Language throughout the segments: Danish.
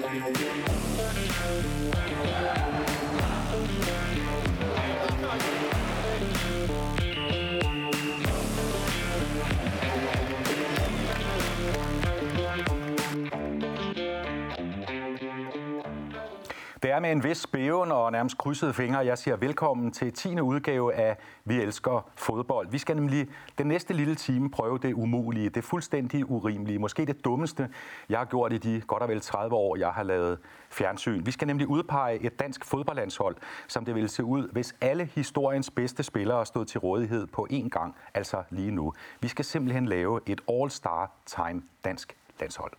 Det er med en vis bæven og nærmest krydsede fingre, jeg siger velkommen til 10. udgave af Vi elsker fodbold. Vi skal nemlig den næste lille time prøve det umulige, det fuldstændig urimelige, måske det dummeste, jeg har gjort i de godt og vel 30 år, jeg har lavet fjernsyn. Vi skal nemlig udpege et dansk fodboldlandshold, som det ville se ud, hvis alle historiens bedste spillere stod til rådighed på én gang, altså lige nu. Vi skal simpelthen lave et all-star time dansk landshold.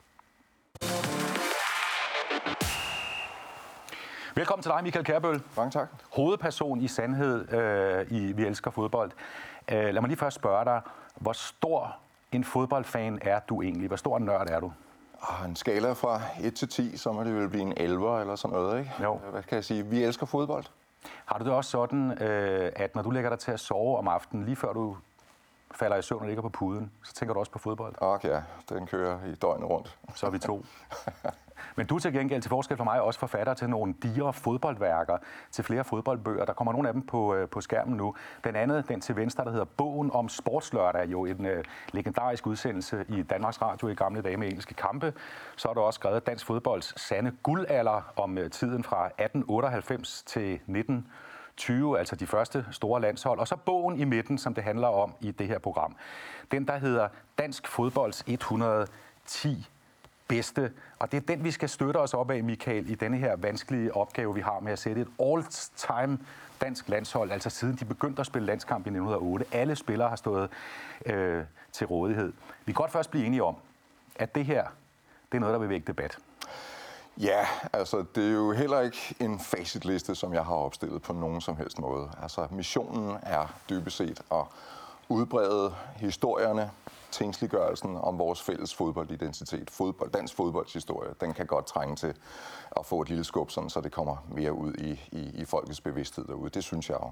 Velkommen til dig, Michael Kjærbøl. Mange tak. Hovedperson i Sandhed i Vi elsker fodbold. Lad mig lige først spørge dig, hvor stor en fodboldfan er du egentlig? Hvor stor en nørd er du? En skala fra 1 til 10, så må det vel blive en 11 eller sådan noget, ikke? Jo. Hvad kan jeg sige? Vi elsker fodbold. Har du det også sådan, at når du lægger dig til at sove om aftenen, lige før du falder i søvn og ligger på puden, så tænker du også på fodbold? Ja, den kører i døgnet rundt. Så er vi to. Men du er til gengæld til forskel fra mig også forfatter til nogle digre fodboldværker, til flere fodboldbøger. Der kommer nogle af dem på skærmen nu. Den anden, den til venstre, der hedder Bogen om Sportslørdag, jo en legendarisk udsendelse i Danmarks Radio i gamle dage med engelske kampe. Så er der også skrevet dansk fodbolds sande guldalder om tiden fra 1898 til 1920, altså de første store landshold. Og så bogen i midten, som det handler om i det her program. Den, der hedder Dansk fodbolds 110 bedste. Og det er den, vi skal støtte os op af, Michael, i denne her vanskelige opgave, vi har med at sætte et all-time dansk landshold, altså siden de begyndte at spille landskamp i 1908. Alle spillere har stået til rådighed. Vi kan godt først blive enige om, at det her, det er noget, der vil vække debat. Ja, altså det er jo heller ikke en facitliste, som jeg har opstillet på nogen som helst måde. Altså missionen er dybest set at udbrede historierne, tingsliggørelsen om vores fælles fodboldidentitet, dansk fodboldshistorie, den kan godt trænge til at få et lille skub, sådan, så det kommer mere ud i folkets bevidsthed derude. Det synes jeg jo.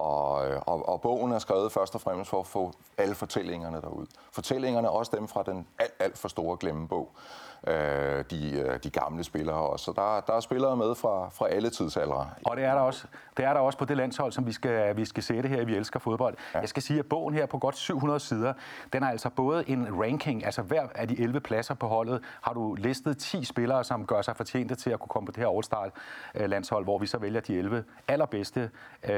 Og bogen er skrevet først og fremmest for at få alle fortællingerne derud. Fortællingerne, også dem fra den alt for store glemmebog. De gamle spillere også. Så der er spillere med fra alle tidsaldre. Og det er der også. Det er der også på det landshold, som vi skal sætte her i Vi elsker fodbold. Ja. Jeg skal sige, at bogen her på godt 700 sider, den er altså både en ranking, altså hver af de 11 pladser på holdet, har du listet 10 spillere, som gør sig fortjente til at kunne komme på det her all-star landshold, hvor vi så vælger de 11 allerbedste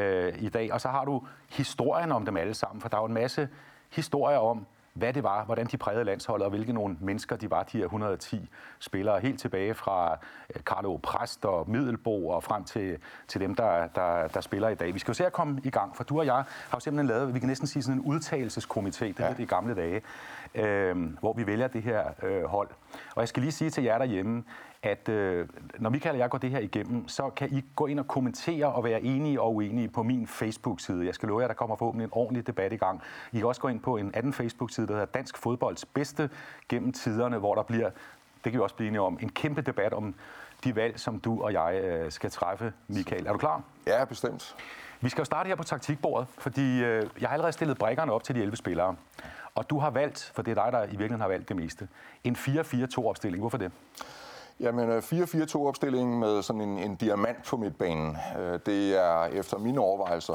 i dag. Og så har du historien om dem alle sammen, for der er jo en masse historier om, hvad det var, hvordan de prægede landsholdet, og hvilke nogle mennesker de var, de her 110 spillere, helt tilbage fra Carlo Præst og Middelbo og frem til dem, der spiller i dag. Vi skal jo se at komme i gang, for du og jeg har jo simpelthen lavet, vi kan næsten sige sådan en udtalelseskomité, det er det i gamle dage, hvor vi vælger det her hold. Og jeg skal lige sige til jer derhjemme, at når Michael og jeg går det her igennem, så kan I gå ind og kommentere og være enige og uenige på min Facebook-side. Jeg skal love jer, der kommer forhåbentlig en ordentlig debat i gang. I kan også gå ind på en anden Facebook-side, der hedder Dansk Fodbolds bedste gennem tiderne, hvor der bliver, det kan vi også blive enige om, en kæmpe debat om de valg, som du og jeg skal træffe, Michael. Er du klar? Ja, bestemt. Vi skal jo starte her på taktikbordet, fordi jeg har allerede stillet brikkerne op til de 11 spillere. Og du har valgt, for det er dig, der i virkeligheden har valgt det meste, en 4-4-2-opstilling. Hvorfor det? Jamen 4-4-2-opstillingen med sådan en diamant på midtbanen, det er efter mine overvejelser,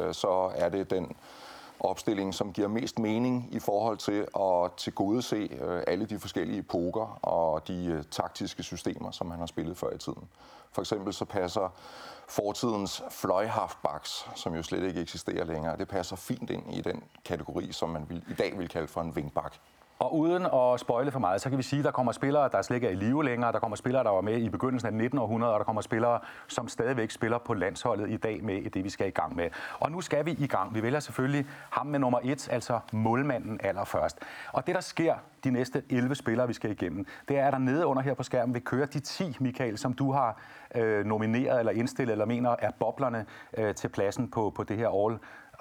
så er det den opstilling, som giver mest mening i forhold til at tilgodese alle de forskellige epoker og de taktiske systemer, som man har spillet før i tiden. For eksempel så passer fortidens fløjhalfbacks, som jo slet ikke eksisterer længere, det passer fint ind i den kategori, som man i dag vil kalde for en wingback. Og uden at spoile for meget, så kan vi sige, at der kommer spillere, der slet ikke er i live længere, der kommer spillere, der var med i begyndelsen af 1900, og der kommer spillere, som stadigvæk spiller på landsholdet i dag med i det, vi skal i gang med. Og nu skal vi i gang. Vi vælger selvfølgelig ham med nummer 1, altså målmanden allerførst. Og det, der sker de næste 11 spillere, vi skal igennem, det er, at der nede under her på skærmen vil køre de 10, Michael, som du har nomineret eller indstillet, eller mener er boblerne til pladsen på det her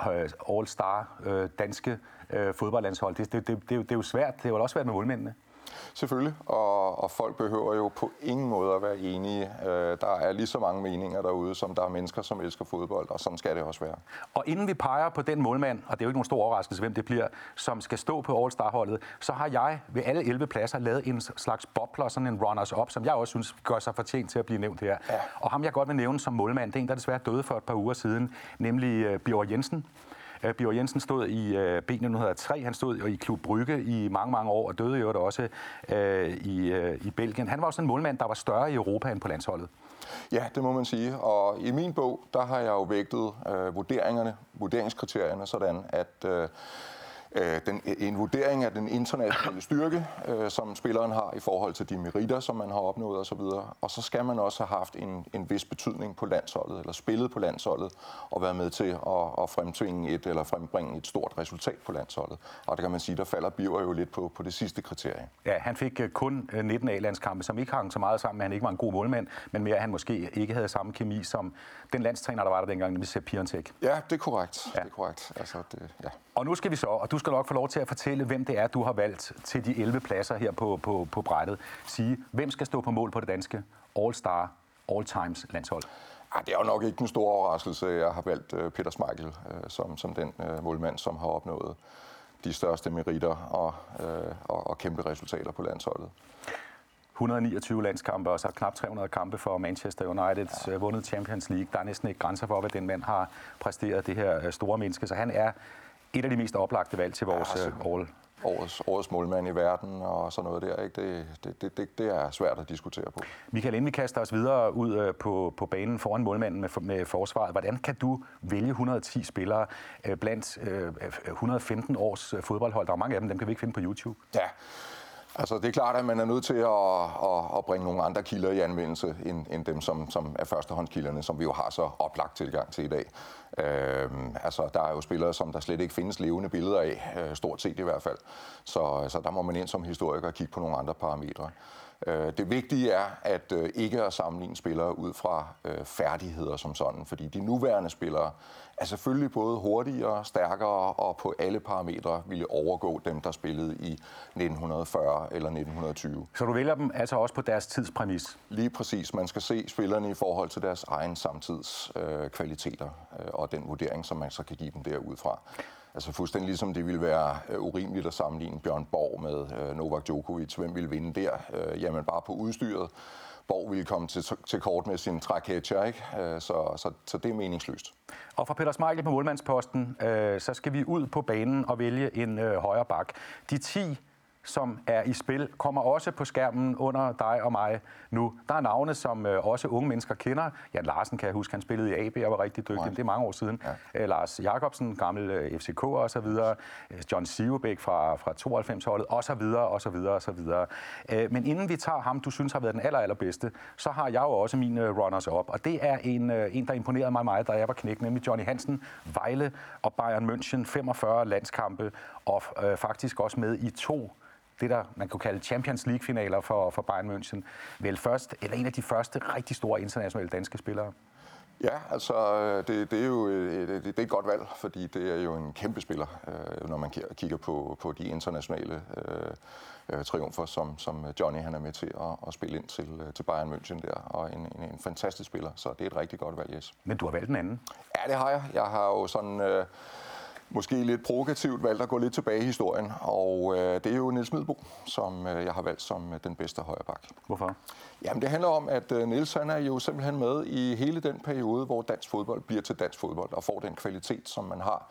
all-star danske fodboldlandshold. Det er jo svært. Det er jo også svært med målmændene. Selvfølgelig, og folk behøver jo på ingen måde at være enige. Der er lige så mange meninger derude, som der er mennesker, som elsker fodbold, og sådan skal det også være. Og inden vi peger på den målmand, og det er jo ikke nogen stor overraskelse, hvem det bliver, som skal stå på All-Star-holdet, så har jeg ved alle 11 pladser lavet en slags bobler, sådan en runners-up, som jeg også synes gør sig fortjent til at blive nævnt her. Ja. Og ham jeg godt vil nævne som målmand, det er en, der desværre døde for et par uger siden, nemlig Birger Jensen. Birger Jensen stod i B1903, han stod i Klub Brygge i mange, mange år, og døde jo også i Belgien. Han var også en målmand, der var større i Europa end på landsholdet. Ja, det må man sige. Og i min bog, der har jeg jo vægtet vurderingskriterierne sådan, at en vurdering af den internationale styrke, som spilleren har i forhold til de meritter, som man har opnået osv. Og så skal man også have haft en vis betydning på landsholdet, eller spillet på landsholdet, og være med til at frembringe et stort resultat på landsholdet. Og det kan man sige, der falder Birger jo lidt på det sidste kriterie. Ja, han fik kun 19 A-landskampe, som ikke hang så meget sammen med, at han ikke var en god målmand, men mere, at han måske ikke havde samme kemi som den landstræner, der var der dengang, nemlig Sepp Piontek. Ja, det er korrekt. Ja. Det er korrekt. Altså, ja. Og nu skal vi så, og du skal nok få lov til at fortælle, hvem det er, du har valgt til de 11 pladser her på brættet. Sige, hvem skal stå på mål på det danske All-Star, All-Times landshold? Det er jo nok ikke en stor overraskelse. Jeg har valgt Peter Schmeichel som den målmand, som har opnået de største meritter og kæmpe resultater på landsholdet. 129 landskampe og så knap 300 kampe for Manchester United, vundet Champions League. Der er næsten ikke grænser for, hvad den mand har præsteret, det her store menneske. Så han er et af de mest oplagte valg til vores årets målmand i verden og sådan noget der. Ikke? Det er svært at diskutere på. Michael, inden vi kaster os videre ud på banen foran målmanden med forsvaret, hvordan kan du vælge 110 spillere blandt 115 års fodboldhold? Der er mange af dem kan vi ikke finde på YouTube. Ja. Altså, det er klart, at man er nødt til at bringe nogle andre kilder i anvendelse, end dem, som er førstehåndskilderne, som vi jo har så oplagt tilgang til i dag. Altså, der er jo spillere, som der slet ikke findes levende billeder af, stort set i hvert fald. Så der må man ind som historiker og kigge på nogle andre parametre. Det vigtige er at ikke at sammenligne spillere ud fra færdigheder som sådan, fordi de nuværende spillere er selvfølgelig både hurtigere, stærkere og på alle parametre ville overgå dem, der spillede i 1940 eller 1920. Så du vælger dem altså også på deres tidspræmis? Lige præcis. Man skal se spillerne i forhold til deres egen samtidskvaliteter og den vurdering, som man så kan give dem derudfra. Altså fuldstændig ligesom det ville være urimeligt at sammenligne Bjørn Borg med Novak Djokovic. Hvem ville vinde der? Jamen bare på udstyret. Borg ville komme til kort med sin træketcher, ikke? Så det er meningsløst. Og fra Peter Schmeichel på målmandsposten, så skal vi ud på banen og vælge en højre bak. De 10 som er i spil, kommer også på skærmen under dig og mig nu. Der er navne, som også unge mennesker kender. Jan Larsen kan jeg huske, han spillede i AB og var rigtig dygtig. Det er mange år siden. Ja. Lars Jacobsen, gammel FCK og så videre. John Sivebæk fra 92-holdet og så videre og så videre og så videre. Men inden vi tager ham, du synes har været den allerbedste, så har jeg jo også mine runners op. Og det er en, der imponerede mig meget, da jeg var knægt, nemlig Johnny Hansen, Vejle og Bayern München, 45 landskampe og faktisk også med i 2 det, der man kunne kalde Champions League-finaler for Bayern München, vel først, eller en af de første rigtig store internationale danske spillere? Ja, altså det er jo det er et godt valg, fordi det er jo en kæmpe spiller, når man kigger på de internationale triumfer, som Johnny han er med til at spille ind til Bayern München der, og en fantastisk spiller, så det er et rigtig godt valg, yes. Men du har valgt en anden? Ja, det har jeg. Jeg har jo sådan måske lidt provokativt valgt at gå lidt tilbage i historien, og det er jo Niels Middelboe, som jeg har valgt som den bedste højreback. Hvorfor? Jamen det handler om, at Niels han er jo simpelthen med i hele den periode, hvor dansk fodbold bliver til dansk fodbold, og får den kvalitet, som man har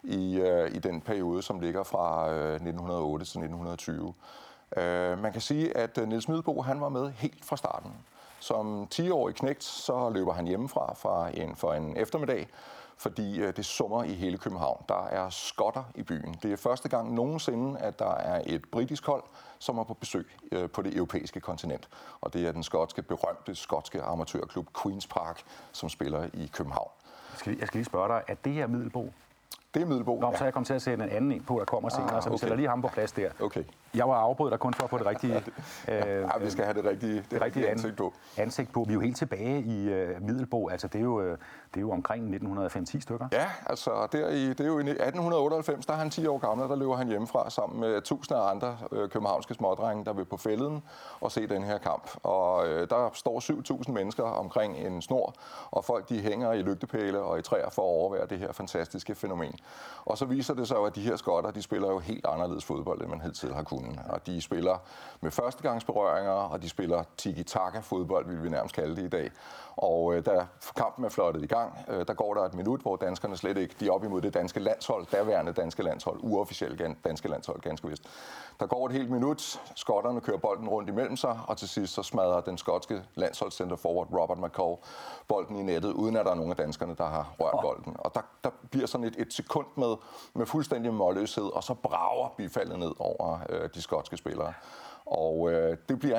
i den periode, som ligger fra 1908 til 1920. Man kan sige, at Niels Middelboe han var med helt fra starten. Som 10-årig knægt, så løber han hjemmefra for en eftermiddag, fordi det summer i hele København. Der er skotter i byen. Det er første gang nogensinde, at der er et britisk hold, som er på besøg på det europæiske kontinent. Og det er den berømte skotske amatørklub Queen's Park, som spiller i København. Jeg skal lige spørge dig, er det her Middelboe? Det er Middelbo. Nå, så jeg kommer til at sætte en anden på, der kommer senere, så vi sætter lige ham på plads der. Okay. Jeg var afbrudt dig kun for at få det rigtige... vi skal have det rigtige ansigt på. Vi er jo helt tilbage i Middelbo, altså det er jo omkring 1905-10 stykker. Ja, altså det er jo i 1898, der er han 10 år gammel, der løber han hjemmefra sammen med tusinder af andre københavnske smådrenge, der vil på fælleden og se den her kamp. Og der står 7.000 mennesker omkring en snor, og folk de hænger i lygtepæle og i træer for at overvære det her fantastiske fænomen. Og så viser det sig jo, at de her skotter, de spiller jo helt anderledes fodbold, end man hidtil har kunnet. Og de spiller med førstegangsberøringer, og de spiller tiki-taka-fodbold, vil vi nærmest kalde det i dag. Og da kampen er flottet i gang, der går der et minut, hvor danskerne slet ikke, de er op imod det danske landshold, daværende danske landshold, uofficielt danske landshold, ganske vist. Der går et helt minut, skotterne kører bolden rundt imellem sig, og til sidst så smadrer den skotske landsholdscenter forward Robert McCall bolden i nettet, uden at der er nogen af danskerne, der har rørt bolden. Og der bliver sådan et sekund med fuldstændig målløshed, og så brager bifaldet ned over de skotske spillere. Og det bliver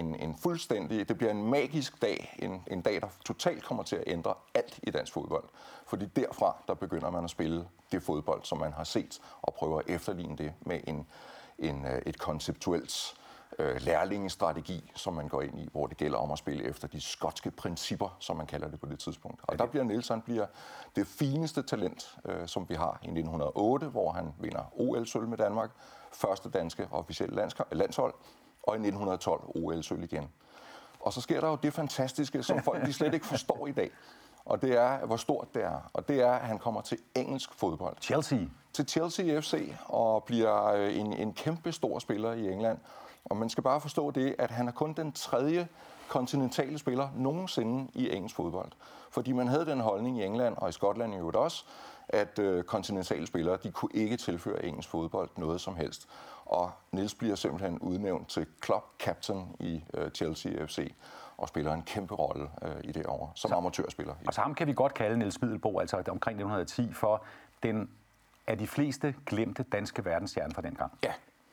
det bliver en magisk dag, en dag, der totalt kommer til at ændre alt i dansk fodbold. Fordi derfra, der begynder man at spille det fodbold, som man har set, og prøver at efterligne det med et konceptuelt lærlingestrategi, som man går ind i, hvor det gælder om at spille efter de skotske principper, som man kalder det på det tidspunkt. Og der bliver Nielsen det fineste talent, som vi har i 1908, hvor han vinder OL-sølv med Danmark, første danske officielle landshold, og i 1912 OL-sølv igen. Og så sker der jo det fantastiske, som folk de slet ikke forstår i dag. Og det er, hvor stort det er. Og det er, at han kommer til engelsk fodbold. Til Chelsea FC, og bliver en kæmpe stor spiller i England. Og man skal bare forstå det, at han er kun den tredje kontinentale spiller nogensinde i engelsk fodbold. Fordi man havde den holdning i England og i Skotland i øvrigt også, at kontinentale spillere, de kunne ikke tilføre engelsk fodbold noget som helst. Og Niels bliver simpelthen udnævnt til club captain i Chelsea FC og spiller en kæmpe rolle i det år som amatørspiller. Og så ham kan vi godt kalde Niels Middelbo, altså omkring 1910, for den af de fleste glemte danske verdensstjerne fra dengang. Ja.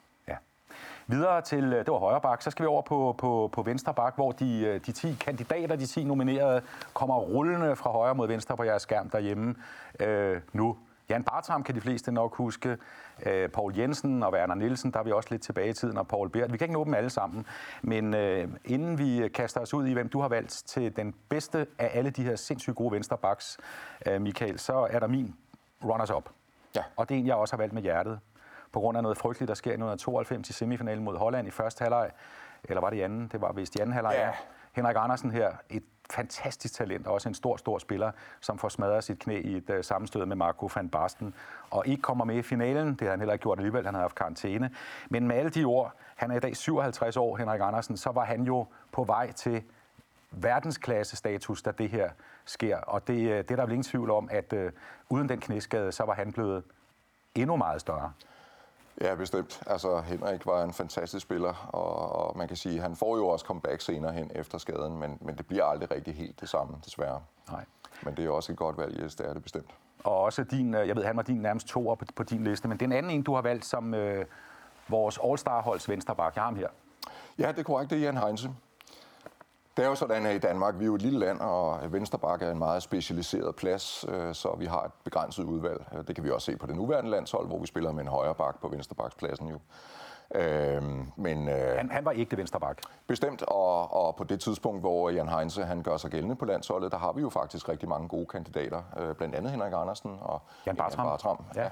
Videre til, det var højre bak, så skal vi over på venstre bak, hvor de 10 kandidater, de 10 nominerede, kommer rullende fra højre mod venstre på jeres skærm derhjemme nu. Jan Bartram kan de fleste nok huske, Poul Jensen og Werner Nielsen, der er vi også lidt tilbage i tiden, og Poul Bert. Vi kan ikke nå dem alle sammen, men inden vi kaster os ud i, hvem du har valgt til den bedste af alle de her sindssygt gode venstrebacks, Michael, så er der min runners-up. Ja. Og det er en, jeg også har valgt med hjertet. På grund af noget frygteligt, der sker i 1992 i semifinalen mod Holland i første halvleg. Eller var det i anden? Det var vist i anden halvleg. Ja. Henrik Andersen her, et fantastisk talent, og også en stor spiller, som får smadret sit knæ i et sammenstød med Marco van Basten, og ikke kommer med i finalen. Det har han heller ikke gjort alligevel, han har haft karantæne. Men med alle de ord, han er i dag 57 år, Henrik Andersen, så var han jo på vej til verdensklasse-status, da det her sker. Og det er der vel ingen tvivl om, at uden den knæskade, så var han blevet endnu meget større. Ja, bestemt. Altså, Henrik var en fantastisk spiller, og man kan sige, at han får jo også comeback senere hen efter skaden, men det bliver aldrig rigtig helt det samme, desværre. Nej. Men det er også et godt valg, yes, det er det bestemt. Og også din, jeg ved, han var din nærmest toer på din liste, men det er en anden en, du har valgt som vores All-Star-holds venstreback. Jeg har ham her. Ja, det er korrekt, det er Jan Heinze. Det er jo sådan her i Danmark, vi er jo et lille land, og venstreback er en meget specialiseret plads, så vi har et begrænset udvalg. Det kan vi også se på det nuværende landshold, hvor vi spiller med en højre bak på venstrebakspladsen jo. Han var ikke det venstreback. Bestemt, og på det tidspunkt, hvor Jan Heinze han gør sig gældende på landsholdet, der har vi jo faktisk rigtig mange gode kandidater, blandt andet Henrik Andersen og Jan Bartram. Ja.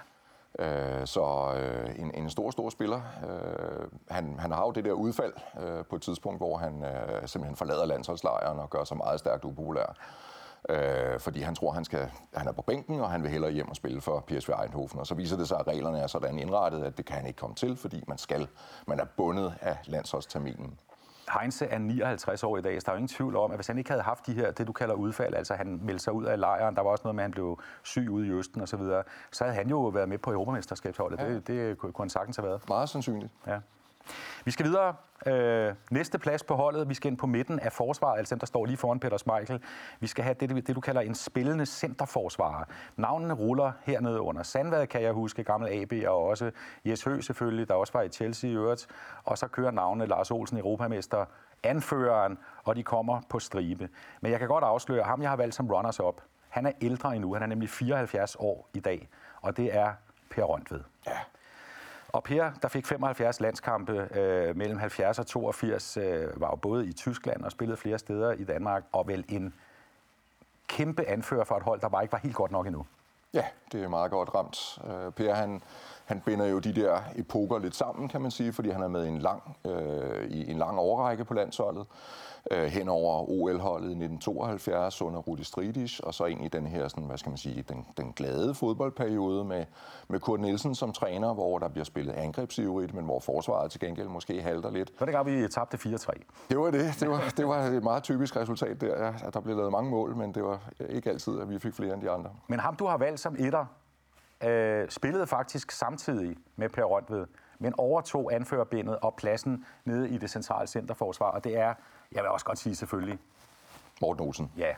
En stor spiller. Han har jo det der udfald på et tidspunkt, hvor han simpelthen forlader landsholdslejren og gør sig meget stærkt upopulær. Fordi han tror, han er på bænken, og han vil hellere hjem og spille for PSV Eindhoven. Og så viser det sig, at reglerne er sådan indrettet, at det kan han ikke komme til, fordi man er bundet af landsholdsterminen. Heinze er 59 år i dag, så der er jo ingen tvivl om, at hvis han ikke havde haft de her, det du kalder udfald, altså han meldte sig ud af lejren, der var også noget med, at han blev syg ude i Østen og så videre, så havde han jo været med på Europamesterskabsholdet. Ja. Det kunne han sagtens have været. Meget sandsynligt. Ja. Vi skal videre. Næste plads på holdet, vi skal ind på midten af forsvaret, altså dem, der står lige foran Peter Schmeichel. Vi skal have det du kalder en spillende centerforsvarer. Navnene ruller hernede under. Sandvad kan jeg huske, gammel AB, og også Jes Høgh selvfølgelig, der også var i Chelsea i øvrigt. Og så kører navnene Lars Olsen, europamester, anføreren, og de kommer på stribe. Men jeg kan godt afsløre, ham jeg har valgt som runners-up, han er ældre endnu, han er nemlig 74 år i dag. og det er Per Røntved. Ja. Og Per, der fik 75 landskampe mellem 70 og 82, var jo både i Tyskland og spillede flere steder i Danmark, og vel en kæmpe anfører for et hold, der bare ikke var helt godt nok endnu. Ja, det er meget godt ramt. Per, han binder jo de der epoker lidt sammen, kan man sige, fordi han er med i en lang årrække på landsholdet. Hen over OL-holdet i 1972 under Rudi Stridis, og så ind i den her, sådan, hvad skal man sige, den glade fodboldperiode med Kurt Nielsen som træner, hvor der bliver spillet angrebsivrigt, men hvor forsvaret til gengæld måske halter lidt. Så det gav vi tabte 4-3. Det var det. Det var et meget typisk resultat der. Ja. Der blev lavet mange mål, men det var ikke altid, at vi fik flere end de andre. Men ham, du har valgt som etter, spillede faktisk samtidig med Per Røntved, men overtog anførerbindet og pladsen nede i det centrale centerforsvar, og det er, jeg vil også godt sige selvfølgelig, Morten Olsen. Ja.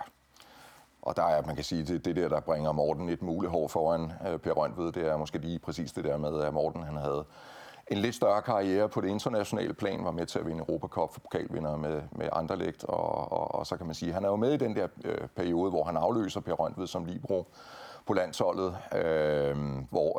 Og der er, man kan sige, det der bringer Morten et mulehår foran Per Røntved, det er måske lige præcis det der med, at Morten han havde en lidt større karriere på det internationale plan, var med til at vinde Europacup for pokalvinder med Anderlecht, og så kan man sige, han er jo med i den der periode, hvor han afløser Per Røntved som libero på landsholdet, hvor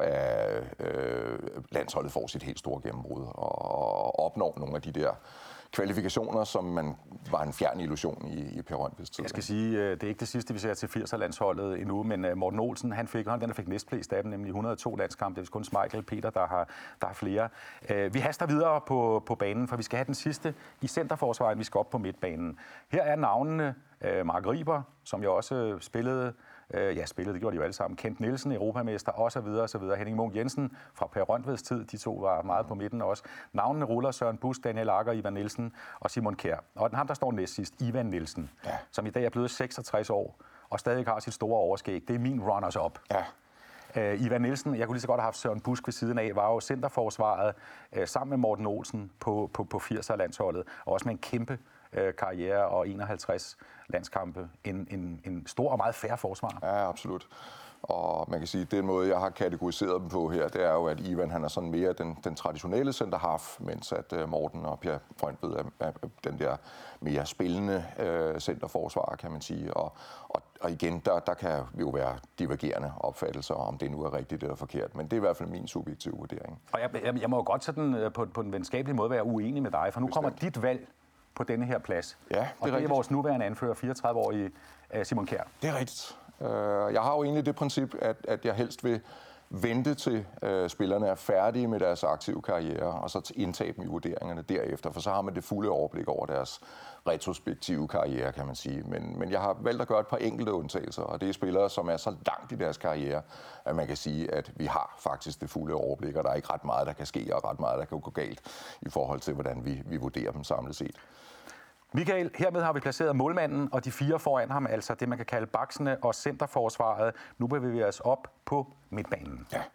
landsholdet får sit helt store gennembrud og opnår nogle af de der kvalifikationer, som man var en fjern illusion i Per Røntveds tid. Jeg skal sige, det er ikke det sidste, vi ser til 80'er-landsholdet endnu, men Morten Olsen, han fik næstflest af dem, nemlig 102 landskampe. Det er kun Michael Peter, der har flere. Vi haster videre på banen, for vi skal have den sidste i centerforsvaret, vi skal op på midtbanen. Her er navnene Mark Riber, som jo også spillede, det gjorde de jo alle sammen. Kent Nielsen, europamester, osv. Henning Munk Jensen fra Per Røntveds tid. De to var meget på midten også. Navnene ruller: Søren Busch, Daniel Agger, Ivan Nielsen og Simon Kjær. Og ham, der står næst sidst, Ivan Nielsen, som i dag er blevet 66 år og stadig har sit store overskæg. Det er min runners-up. Ja. Ivan Nielsen, jeg kunne lige så godt have haft Søren Busch ved siden af, var jo centerforsvaret sammen med Morten Olsen på 80'er-landsholdet, og også med en kæmpe karriere og 51 landskampe. En stor og meget fair forsvar. Ja, absolut. Og man kan sige, at den måde, jeg har kategoriseret dem på her, det er jo, at Ivan han er sådan mere den traditionelle centerhalf, mens at Morten og Per Røntved er den der mere spillende centerforsvar, kan man sige. Og igen, der kan jo være divergerende opfattelser, om det nu er rigtigt eller forkert. Men det er i hvert fald min subjektive vurdering. Og jeg må jo godt sådan på en venskabelig måde være uenig med dig, for nu kommer dit valg på denne her plads. Ja, og det er vores nuværende anfører, 34-årige Simon Kjær. Det er rigtigt. Jeg har jo egentlig det princip, at jeg helst vil vente til spillerne er færdige med deres aktive karriere, og så indtage dem i vurderingerne derefter, for så har man det fulde overblik over deres retrospektive karriere, kan man sige. Men jeg har valgt at gøre et par enkelte undtagelser, og det er spillere, som er så langt i deres karriere, at man kan sige, at vi har faktisk det fulde overblik, og der er ikke ret meget, der kan ske, og ret meget, der kan gå galt i forhold til, hvordan vi vurderer dem samlet set. Michael, hermed har vi placeret målmanden og de fire foran ham, altså det, man kan kalde baksene og centerforsvaret. Nu bevæger vi os op på midtbanen. Ja.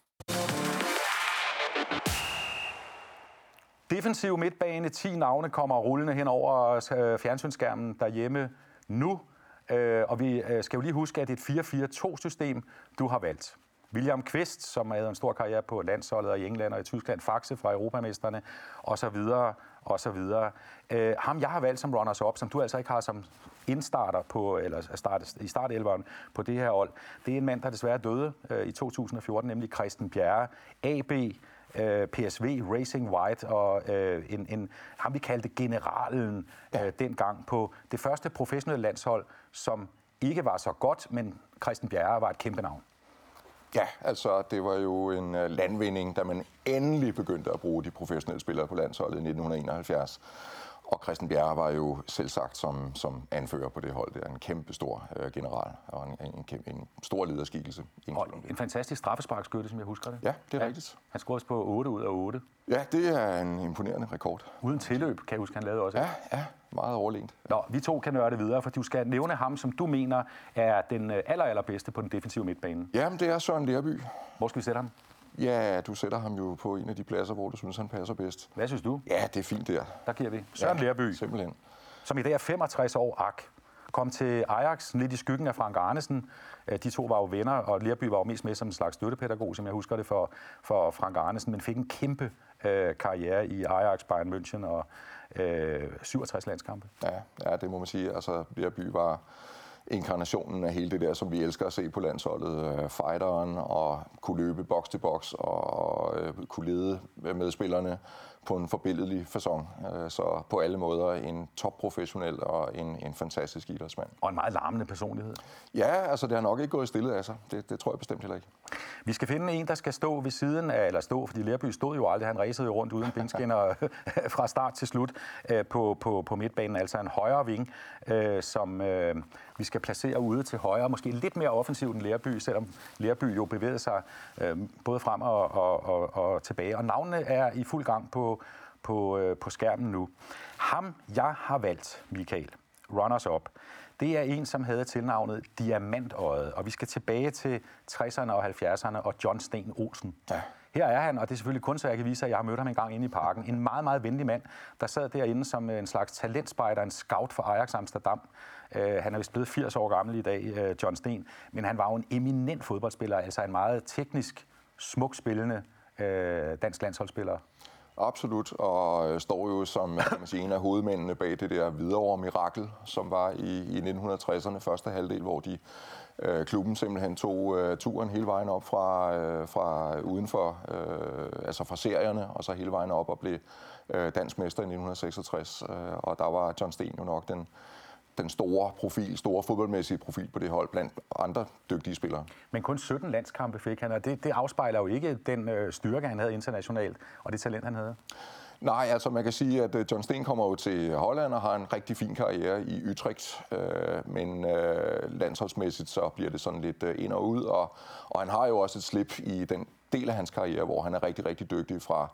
Defensiv midtbane, 10 navne kommer rullende hen over fjernsynsskærmen derhjemme nu. Og vi skal jo lige huske, at det er et 4-4-2-system, du har valgt. William Kvist, som havde en stor karriere på landsholdet og i England og i Tyskland, Faxe fra europamesterne osv. Ham, jeg har valgt som runners-up, som du altså ikke har som indstarter på, eller i startelveren på det her hold, det er en mand, der desværre døde i 2014, nemlig Christen Bjerre, AB, PSV, Racing White, og ham vi kaldte generalen dengang på det første professionelle landshold, som ikke var så godt, men Christen Bjerre var et kæmpe navn. Ja, altså det var jo en landvinding, da man endelig begyndte at bruge de professionelle spillere på landsholdet i 1971. Og Christen Bjerre var jo selvsagt som anfører på det hold. Det er en kæmpe stor general og en stor lederskikkelse. Og en fantastisk straffesparkskytte, som jeg husker det. Ja, det er rigtigt. Han scorede på 8 ud af 8. Ja, det er en imponerende rekord. Uden tilløb, kan jeg huske, han lavede også. Ja, meget overlegent. Nå, vi to kan nørde videre, for du skal nævne ham, som du mener er den allerbedste på den defensive midtbane. Jamen, det er Søren Lerby. Hvor skal vi sætte ham? Ja, du sætter ham jo på en af de pladser, hvor du synes, han passer bedst. Hvad synes du? Ja, det er fint der. Der giver vi Søren Lerby, simpelthen. Som i dag er 65 år, kom til Ajax lidt i skyggen af Frank Arnesen. De to var jo venner, og Lerby var jo mest med som en slags støttepædagog, som jeg husker det for Frank Arnesen, men fik en kæmpe karriere i Ajax, Bayern München og 67 landskampe. Ja, det må man sige. Altså, Lerby var inkarnationen af hele det der, som vi elsker at se på landsholdet. Fighteren og kunne løbe boks til boks og kunne lede medspillerne på en forbilledlig facon. Så på alle måder en topprofessionel og en fantastisk idrætsmand. Og en meget larmende personlighed. Ja, altså det har nok ikke gået stille af sig. Det tror jeg bestemt heller ikke. Vi skal finde en, der skal stå ved siden af, eller stå, fordi Lerby stod jo aldrig, han racede jo rundt uden benskinner fra start til slut på midtbanen, altså en højre ving, som vi skal placere ude til højre, måske lidt mere offensivt end Lerby, selvom Lerby jo bevægede sig både frem og tilbage. Og navnene er i fuld gang på skærmen nu. Ham, jeg har valgt, Michael, runners up, det er en, som havde tilnavnet Diamantøjet, og vi skal tilbage til 60'erne og 70'erne og John Steen Olsen. Ja. Her er han, og det er selvfølgelig kun så jeg kan vise, at jeg har mødt ham en gang inde i parken. En meget, meget venlig mand, der sad derinde som en slags talentspejder, en scout for Ajax Amsterdam. Han er vist blevet 80 år gammel i dag, John Steen, men han var jo en eminent fodboldspiller, altså en meget teknisk, smuk spillende dansk landsholdsspiller. Absolut, og står jo som kan man sige, en af hovedmændene bag det der Hvidovre-mirakel, som var i 1960'erne, første halvdel, hvor klubben simpelthen tog turen hele vejen op fra udenfor, altså fra serierne, og så hele vejen op og blev dansk mester i 1966. Og der var John Steen jo nok den store fodboldmæssige profil på det hold, blandt andre dygtige spillere. Men kun 17 landskampe fik han, og det afspejler jo ikke den styrke, han havde internationalt, og det talent, han havde. Nej, altså man kan sige, at John Steen kommer jo til Holland og har en rigtig fin karriere i Utrecht, men landsholdsmæssigt så bliver det sådan lidt ind og ud, og han har jo også et slip i den del af hans karriere, hvor han er rigtig, rigtig dygtig fra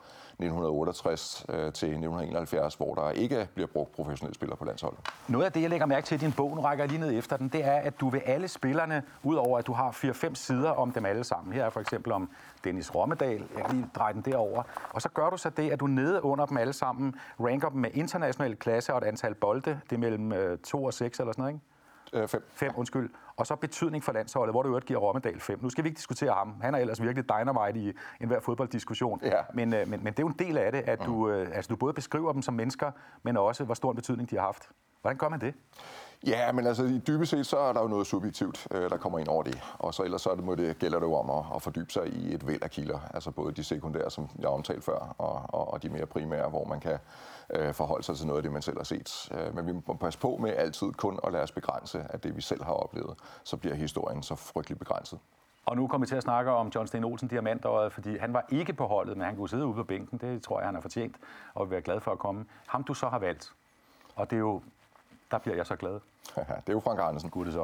1968 til 1971, hvor der ikke bliver brugt professionelle spillere på landsholdet. Noget af det, jeg lægger mærke til i din bog, nu rækker jeg lige ned efter den, det er, at du ved alle spillerne, udover at du har 4-5 sider om dem alle sammen. Her er for eksempel om Dennis Rommedal, jeg kan lige dreje den derover. Og så gør du så det, at du nede under dem alle sammen ranker dem med international klasse og et antal bolde. Det er mellem 2 og 6 eller sådan noget, ikke? 5, undskyld. Og så betydning for landsholdet, hvor du øvrigt giver Rommedal 5. Nu skal vi ikke diskutere ham. Han er ellers virkelig dynamite i enhver fodbolddiskussion. Ja. Men det er jo en del af det, at du både beskriver dem som mennesker, men også, hvor stor en betydning de har haft. Hvordan gør man det? Ja, men altså dybest set, så er der jo noget subjektivt, der kommer ind over det. Og så ellers så gælder det jo om at fordybe sig i et væld af kilder. Altså både de sekundære, som jeg omtalte før, og de mere primære, hvor man kan forholde sig til noget af det, man selv har set. Men vi må passe på med altid kun at lade os begrænse af det, vi selv har oplevet. Så bliver historien så frygtelig begrænset. Og nu kommer vi til at snakke om John Steen Olsen, Diamantøjet, fordi han var ikke på holdet, men han kunne sidde ude på bænken. Det tror jeg, han har fortjent, og vil være glad for at komme. Ham du så har valgt, og det er jo, der bliver jeg så glad. Det er jo Frank Arnesen. Gud det så.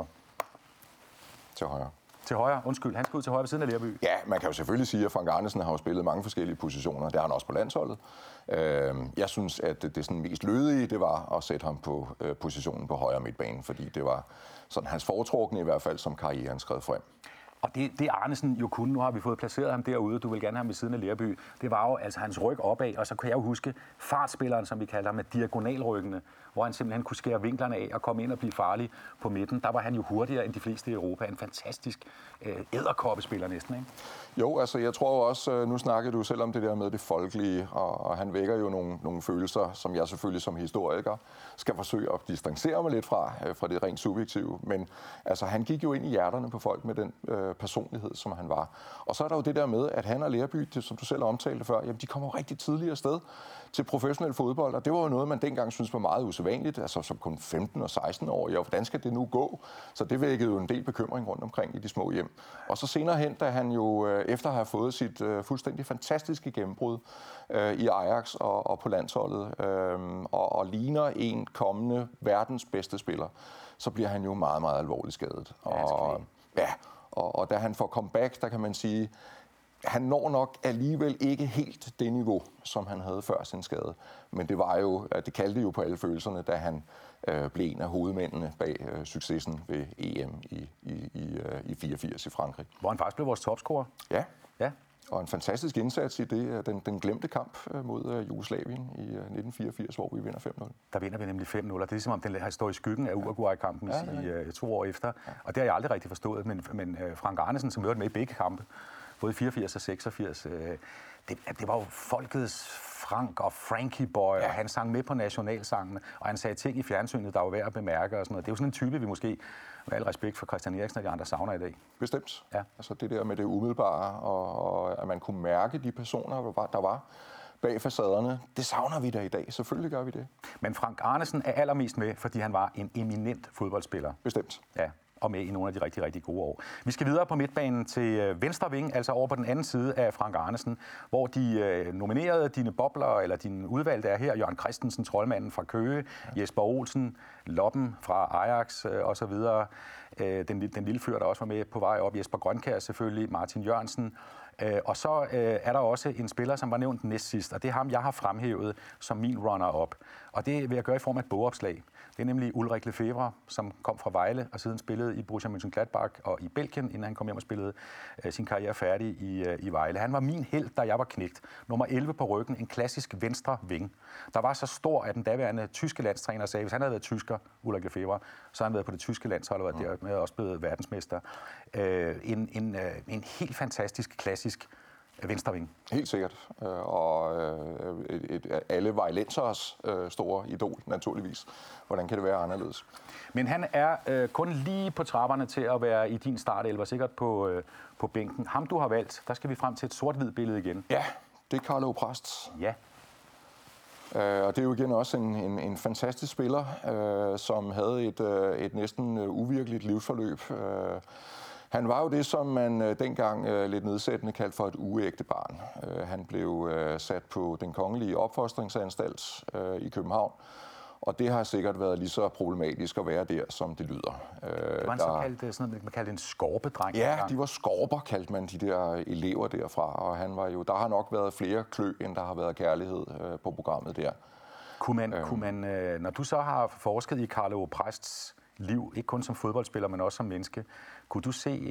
Til højre. Til højre, undskyld. Han skal ud til højre ved siden af Lerby. Ja, man kan jo selvfølgelig sige, at Frank Arnesen har jo spillet mange forskellige positioner. Det har han også på landsholdet. Jeg synes, at det sådan mest lødige, det var at sætte ham på positionen på højre midtbanen, fordi det var sådan hans foretrukne i hvert fald, som karrieren skred frem. Og det Arnesen jo kunne, nu har vi fået placeret ham derude, du vil gerne have ham ved siden af Lerby, det var jo altså hans ryg opad, og så kan jeg jo huske fartspilleren, som vi kalder ham, med diagonalryggene, hvor han simpelthen kunne skære vinklerne af og komme ind og blive farlig på midten. Der var han jo hurtigere end de fleste i Europa. En fantastisk edderkoppespiller næsten, ikke? Jo, altså jeg tror også, nu snakkede du selv om det der med det folkelige, og han vækker jo nogle følelser, som jeg selvfølgelig som historiker skal forsøge at distancere mig lidt fra det rent subjektive. Men altså han gik jo ind i hjerterne på folk med den personlighed, som han var. Og så er der jo det der med, at han og Lerby, som du selv omtalte før, jamen, de kommer rigtig tidligt afsted til professionel fodbold, og det var jo noget, man dengang syntes var meget usædvanligt, altså som kun 15 og 16 år. Ja, hvordan skal det nu gå? Så det vækkede jo en del bekymring rundt omkring i de små hjem. Og så senere hen, da han jo efter at have fået sit fuldstændig fantastiske gennembrud i Ajax og på landsholdet, og ligner en kommende verdens bedste spiller, så bliver han jo meget, meget alvorligt skadet. Og da han får comeback, der kan man sige, han når nok alligevel ikke helt det niveau, som han havde før sin skade. Men det var jo, det kaldte jo på alle følelserne, da han blev en af hovedmændene bag succesen ved EM i 84 i Frankrig. Hvor han faktisk blev vores topscorer. Ja. Og en fantastisk indsats i den glemte kamp mod Jugoslavien i 1984, hvor vi vinder 5-0. Der vinder vi nemlig 5-0, og det er ligesom om den har stået i skyggen af Uruguay-kampen i 2 år efter. Og det har jeg aldrig rigtig forstået, men Frank Arnesen, som hørte med i begge kampe, både 84 og 86, det var jo folkets Frank og Frankie Boy, og han sang med på nationalsangene, og han sagde ting i fjernsynet, der var værd at bemærke og sådan noget. Det er jo sådan en type, vi måske Med al respekt for Christian Eriksen og de andre savner i dag. Bestemt. Ja. Altså det der med det umiddelbare, og at man kunne mærke de personer, der var bag facaderne, det savner vi da i dag. Selvfølgelig gør vi det. Men Frank Arnesen er allermest med, fordi han var en eminent fodboldspiller. Bestemt. Ja, og med i nogle af de rigtig, rigtig gode år. Vi skal videre på midtbanen til venstre ving, altså over på den anden side af Frank Arnesen, hvor de nominerede dine bobler, eller dine udvalgte er her, Jørgen Christensen, troldmanden fra Køge, Jesper Olsen, Loppen fra Ajax osv., den lille fyr, der også var med på vej op, Jesper Grønkjær selvfølgelig, Martin Jørgensen. Og så er der også en spiller, som var nævnt næst sidst, og det er ham, jeg har fremhævet som min runner-up. Og det vil jeg gøre i form af et bogopslag. Det er nemlig Ulrik Lefebvre, som kom fra Vejle og siden spillede i Borussia Mönchengladbach og i Belgien, inden han kom hjem og spillede sin karriere færdig i Vejle. Han var min helt, da jeg var knægt. Nummer 11 på ryggen, en klassisk venstre ving. Der var så stor, at den daværende tyske landstræner sagde, hvis han havde været tysker, Ulrik Lefebvre, så havde han været på det tyske landshold og været dermed også blevet verdensmester. En helt fantastisk, klassisk venstreving. Helt sikkert. Og alle vejlensers store idol, naturligvis. Hvordan kan det være anderledes? Men han er kun lige på trapperne til at være i din startelver, sikkert på bænken. Ham, du har valgt, der skal vi frem til et sort-hvid billede igen. Ja, det er Carlo Præst. Ja. Og det er jo igen også en fantastisk spiller, som havde et næsten uvirkeligt livsforløb. Han var jo det, som man dengang lidt nedsættende kaldte for et uægte barn. Han blev sat på den kongelige opfostringsanstalt i København, og det har sikkert været lige så problematisk at være der, som det lyder. Det var en såkaldt, sådan noget, man kaldte en skorpedreng. Ja, de var skorper, kaldte man de der elever derfra, og han var jo, der har nok været flere klø, end der har været kærlighed på programmet der. Kunne man, når du så har forsket i Carlo Præsts liv, ikke kun som fodboldspiller, men også som menneske, kunne du se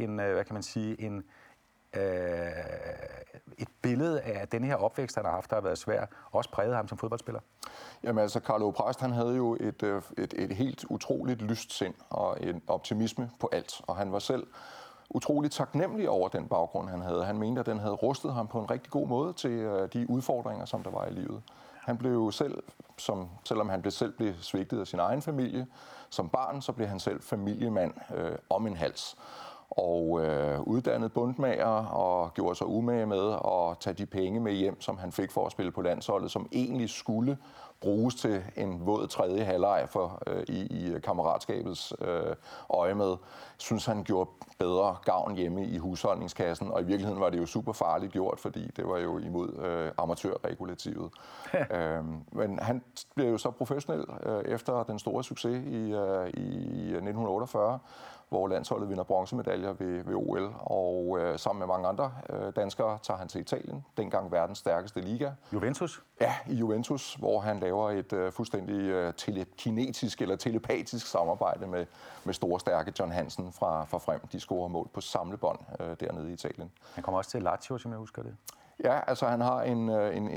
et billede af den her opvækst, han har haft, der har været svær, også præget ham som fodboldspiller? Jamen altså, Carlo Præst, han havde jo et helt utroligt lyst sind og en optimisme på alt, og han var selv utroligt taknemmelig over den baggrund, han havde. Han mente, at den havde rustet ham på en rigtig god måde til de udfordringer, som der var i livet. Han blev selv, selvom han blev svigtet af sin egen familie, som barn, så blev han selv familiemand om en hals. Og uddannet bundmager og gjorde sig umage med at tage de penge med hjem, som han fik for at spille på landsholdet, som egentlig skulle bruges til en våd tredje halvleg i kammeratskabets øje med, synes han gjorde bedre gavn hjemme i husholdningskassen, og i virkeligheden var det jo super farligt gjort, fordi det var jo imod amatørregulativet. Men han blev jo så professionel efter den store succes i 1948, hvor landsholdet vinder bronzemedaljer ved OL, og sammen med mange andre danskere tager han til Italien, dengang verdens stærkeste liga. Juventus? Ja, i Juventus, hvor han laver et fuldstændig telekinetisk eller telepatisk samarbejde med store, stærke John Hansen fra Frem. De scorer mål på samlebånd dernede i Italien. Han kommer også til Lazio, som jeg husker det. Ja, altså han har en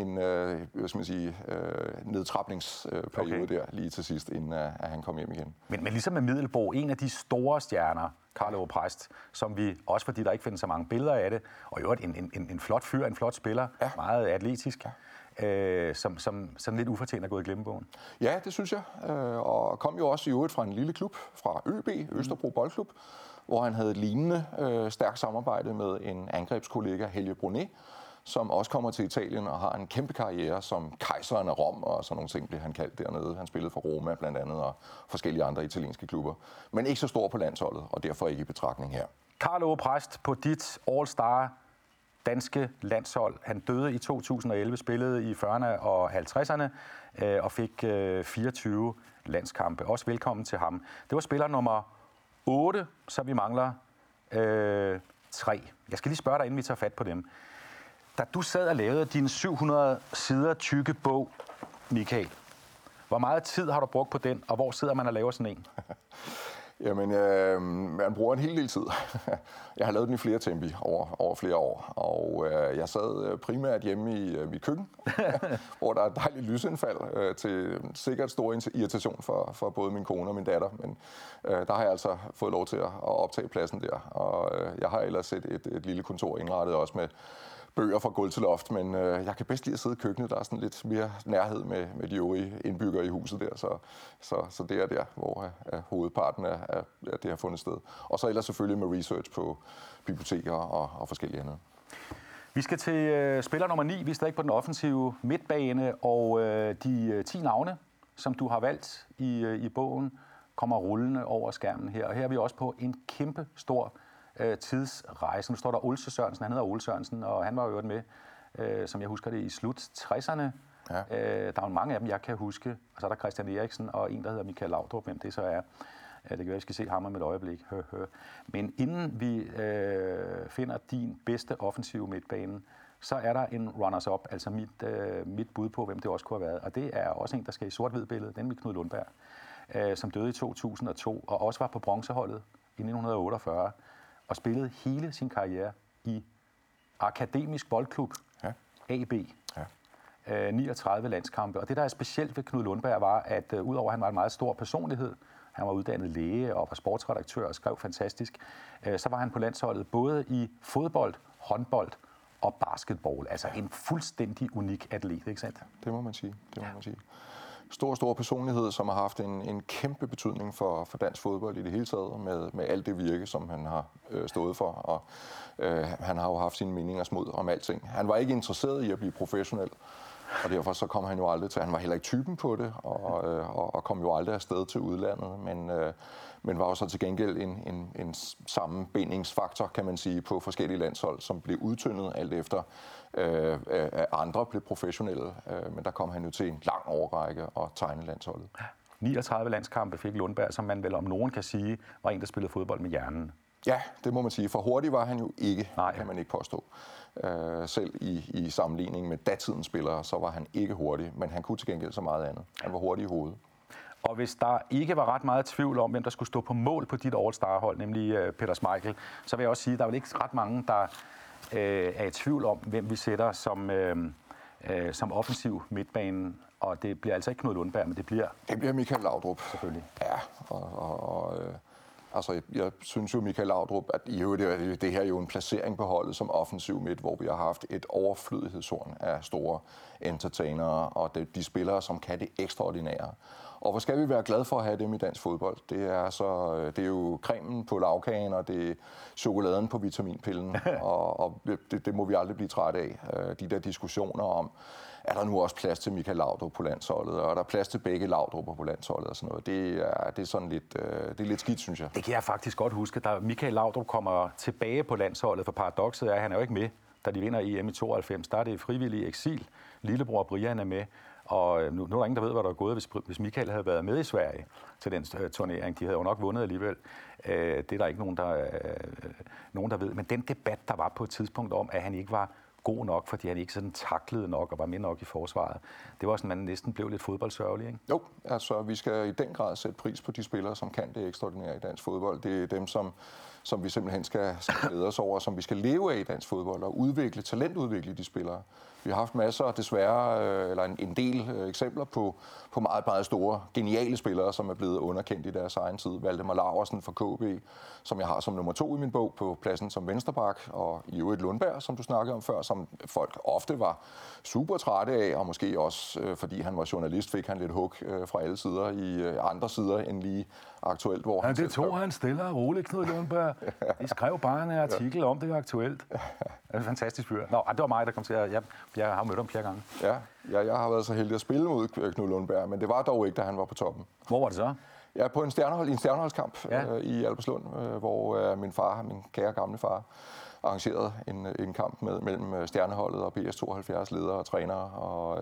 nedtrapningsperiode der lige til sidst, inden at han kom hjem igen. Men ligesom med Middelbo, en af de store stjerner, Carlo Præst, som vi, også fordi der ikke findes så mange billeder af det, og jo en flot fyr, en flot spiller, ja. Meget atletisk, som sådan lidt ufortjent er gået i glemmebogen. Ja, det synes jeg, og kom jo også i øvrigt fra en lille klub, fra ØB, Østerbro Boldklub, hvor han havde et lignende stærkt samarbejde med en angrebskollega, Helge Brunet, som også kommer til Italien og har en kæmpe karriere som kejseren af Rom, og sådan nogle ting blev han kaldt dernede. Han spillede for Roma blandt andet, og forskellige andre italienske klubber. Men ikke så stor på landsholdet, og derfor ikke i betragtning her. Carlo Præst på dit All-Star danske landshold. Han døde i 2011, spillede i 40'erne og 50'erne og fik 24 landskampe. Også velkommen til ham. Det var spiller nummer 8, så vi mangler 3. Jeg skal lige spørge dig, inden vi tager fat på dem. Da du sad og lavede din 700 sider tykke bog, Michael, hvor meget tid har du brugt på den, og hvor sidder man og laver sådan en? Jamen, man bruger en hel del tid. Jeg har lavet den i flere tempi over flere år, og jeg sad primært hjemme i mit køkken, hvor der er et dejligt lysindfald til sikkert stor irritation for både min kone og min datter, men der har jeg altså fået lov til at optage pladsen der, og jeg har ellers et lille kontor indrettet også med bøger fra gulv til loft, men jeg kan bedst lide at sidde i køkkenet. Der er sådan lidt mere nærhed med de øvrige indbyggere i huset der, så det er der, hvor hovedparten af det har fundet sted. Og så ellers selvfølgelig med research på biblioteker og forskellige andet. Vi skal til spiller nummer 9. Vi er stadig på den offensive midtbane, og de 10 navne, som du har valgt i bogen, kommer rullende over skærmen her. Og her er vi også på en kæmpe stor tidsrejse. Nu står der Olse Sørensen, han hedder Ole Sørensen, og han var jo med, som jeg husker det, i slut 60'erne. Ja. Der er jo mange af dem, jeg kan huske. Og så er der Christian Eriksen og en, der hedder Michael Laudrup, hvem det så er. Det kan være, vi skal se ham om et øjeblik. Men inden vi finder din bedste offensive midtbane, så er der en runners-up, altså mit bud på, hvem det også kunne have været. Og det er også en, der skal i sort-hvid billedet, den med Knud Lundberg, som døde i 2002, og også var på bronzeholdet i 1948, og spillede hele sin karriere i Akademisk Boldklub, AB. Ja. 39 landskampe. Og det, der er specielt ved Knud Lundberg, var, at udover at han var en meget stor personlighed, han var uddannet læge og var sportsredaktør og skrev fantastisk, så var han på landsholdet både i fodbold, håndbold og basketball. Altså en fuldstændig unik atlet, ikke sandt? Det må man sige. Stor personlighed, som har haft en kæmpe betydning for dansk fodbold i det hele taget, med alt det virke, som han har stået for. Og han har jo haft sine meninger smod om alting. Han var ikke interesseret i at blive professionel, og derfor så kom han jo aldrig til. Han var heller ikke typen på det, og kom jo aldrig afsted til udlandet, men var jo så til gengæld en sammenbindingsfaktor, kan man sige, på forskellige landshold, som blev udtyndet alt efter andre blev professionelle. Men der kom han jo til en lang årrække og tegne landsholdet. 39 landskampe fik Lundberg, som man vel om nogen kan sige, var en, der spillede fodbold med hjernen. Ja, det må man sige. For hurtig var han jo ikke, kan man ikke påstå. Selv i sammenligning med datidens spillere, så var han ikke hurtig, men han kunne til gengæld så meget andet. Han var hurtig i hovedet. Og hvis der ikke var ret meget tvivl om, hvem der skulle stå på mål på dit All-Star-hold, nemlig Peter Schmeichel, så vil jeg også sige, at der er vel ikke ret mange, der er i tvivl om, hvem vi sætter som offensiv midtbane. Og det bliver altså ikke Knud Lundberg, men det bliver Michael Laudrup. Selvfølgelig. Ja, altså, jeg synes jo, Michael Laudrup, at det her er jo en placering på holdet som offensiv midt, hvor vi har haft et overflødighedshorn af store entertainere, og de spillere, som kan det ekstraordinære. Og hvor skal vi være glade for at have dem i dansk fodbold? Det er jo cremen på lagkagen, og det er chokoladen på vitaminpillen, og det må vi aldrig blive trætte af. De der diskussioner om, er der nu også plads til Michael Laudrup på landsholdet, og er der plads til begge Laudrupper på landsholdet og sådan noget. Det er sådan lidt, det er lidt skidt, synes jeg. Det kan jeg faktisk godt huske, da Michael Laudrup kommer tilbage på landsholdet, for paradokset er, at han er jo ikke med, da de vinder EM i 92. Der er det frivillig eksil. Lillebror Brian er med. Og nu er der ingen, der ved, hvad der er gået, hvis Michael havde været med i Sverige til den turnering. De havde jo nok vundet alligevel. Det er der ikke nogen, der ved. Men den debat, der var på et tidspunkt om, at han ikke var god nok, fordi han ikke sådan taklede nok og var med nok i forsvaret. Det var sådan, at man næsten blev lidt fodboldsørgelig, ikke? Jo, altså vi skal i den grad sætte pris på de spillere, som kan det ekstraordinære i dansk fodbold. Det er dem, som vi simpelthen skal glæde os over, som vi skal leve af i dansk fodbold og talentudvikle de spillere. Vi har haft masser, desværre, eller en del eksempler på meget, meget store, geniale spillere, som er blevet underkendt i deres egen tid. Valdemar Laursen fra KB, som jeg har som nummer 2 i min bog på pladsen som venstreback, og i øvrigt Lundberg, som du snakkede om før, som folk ofte var super trætte af, og måske også, fordi han var journalist, fik han lidt hug fra alle sider i andre sider end lige aktuelt. Hvor ja, det tog han stille og roligt, Knud Lundberg. De skrev bare en artikel om det aktuelt. Det er en fantastisk fyr. Nå, det var mig, der kom til at... Jeg har mødt ham flere gange. Ja, jeg har været så heldig at spille mod Knud Lundberg, men det var dog ikke, da han var på toppen. Hvor var det så? Ja, på en stjerneholdskamp i Albertslund, hvor min kære gamle far, arrangeret en kamp mellem stjerneholdet og BS72 ledere og trænere,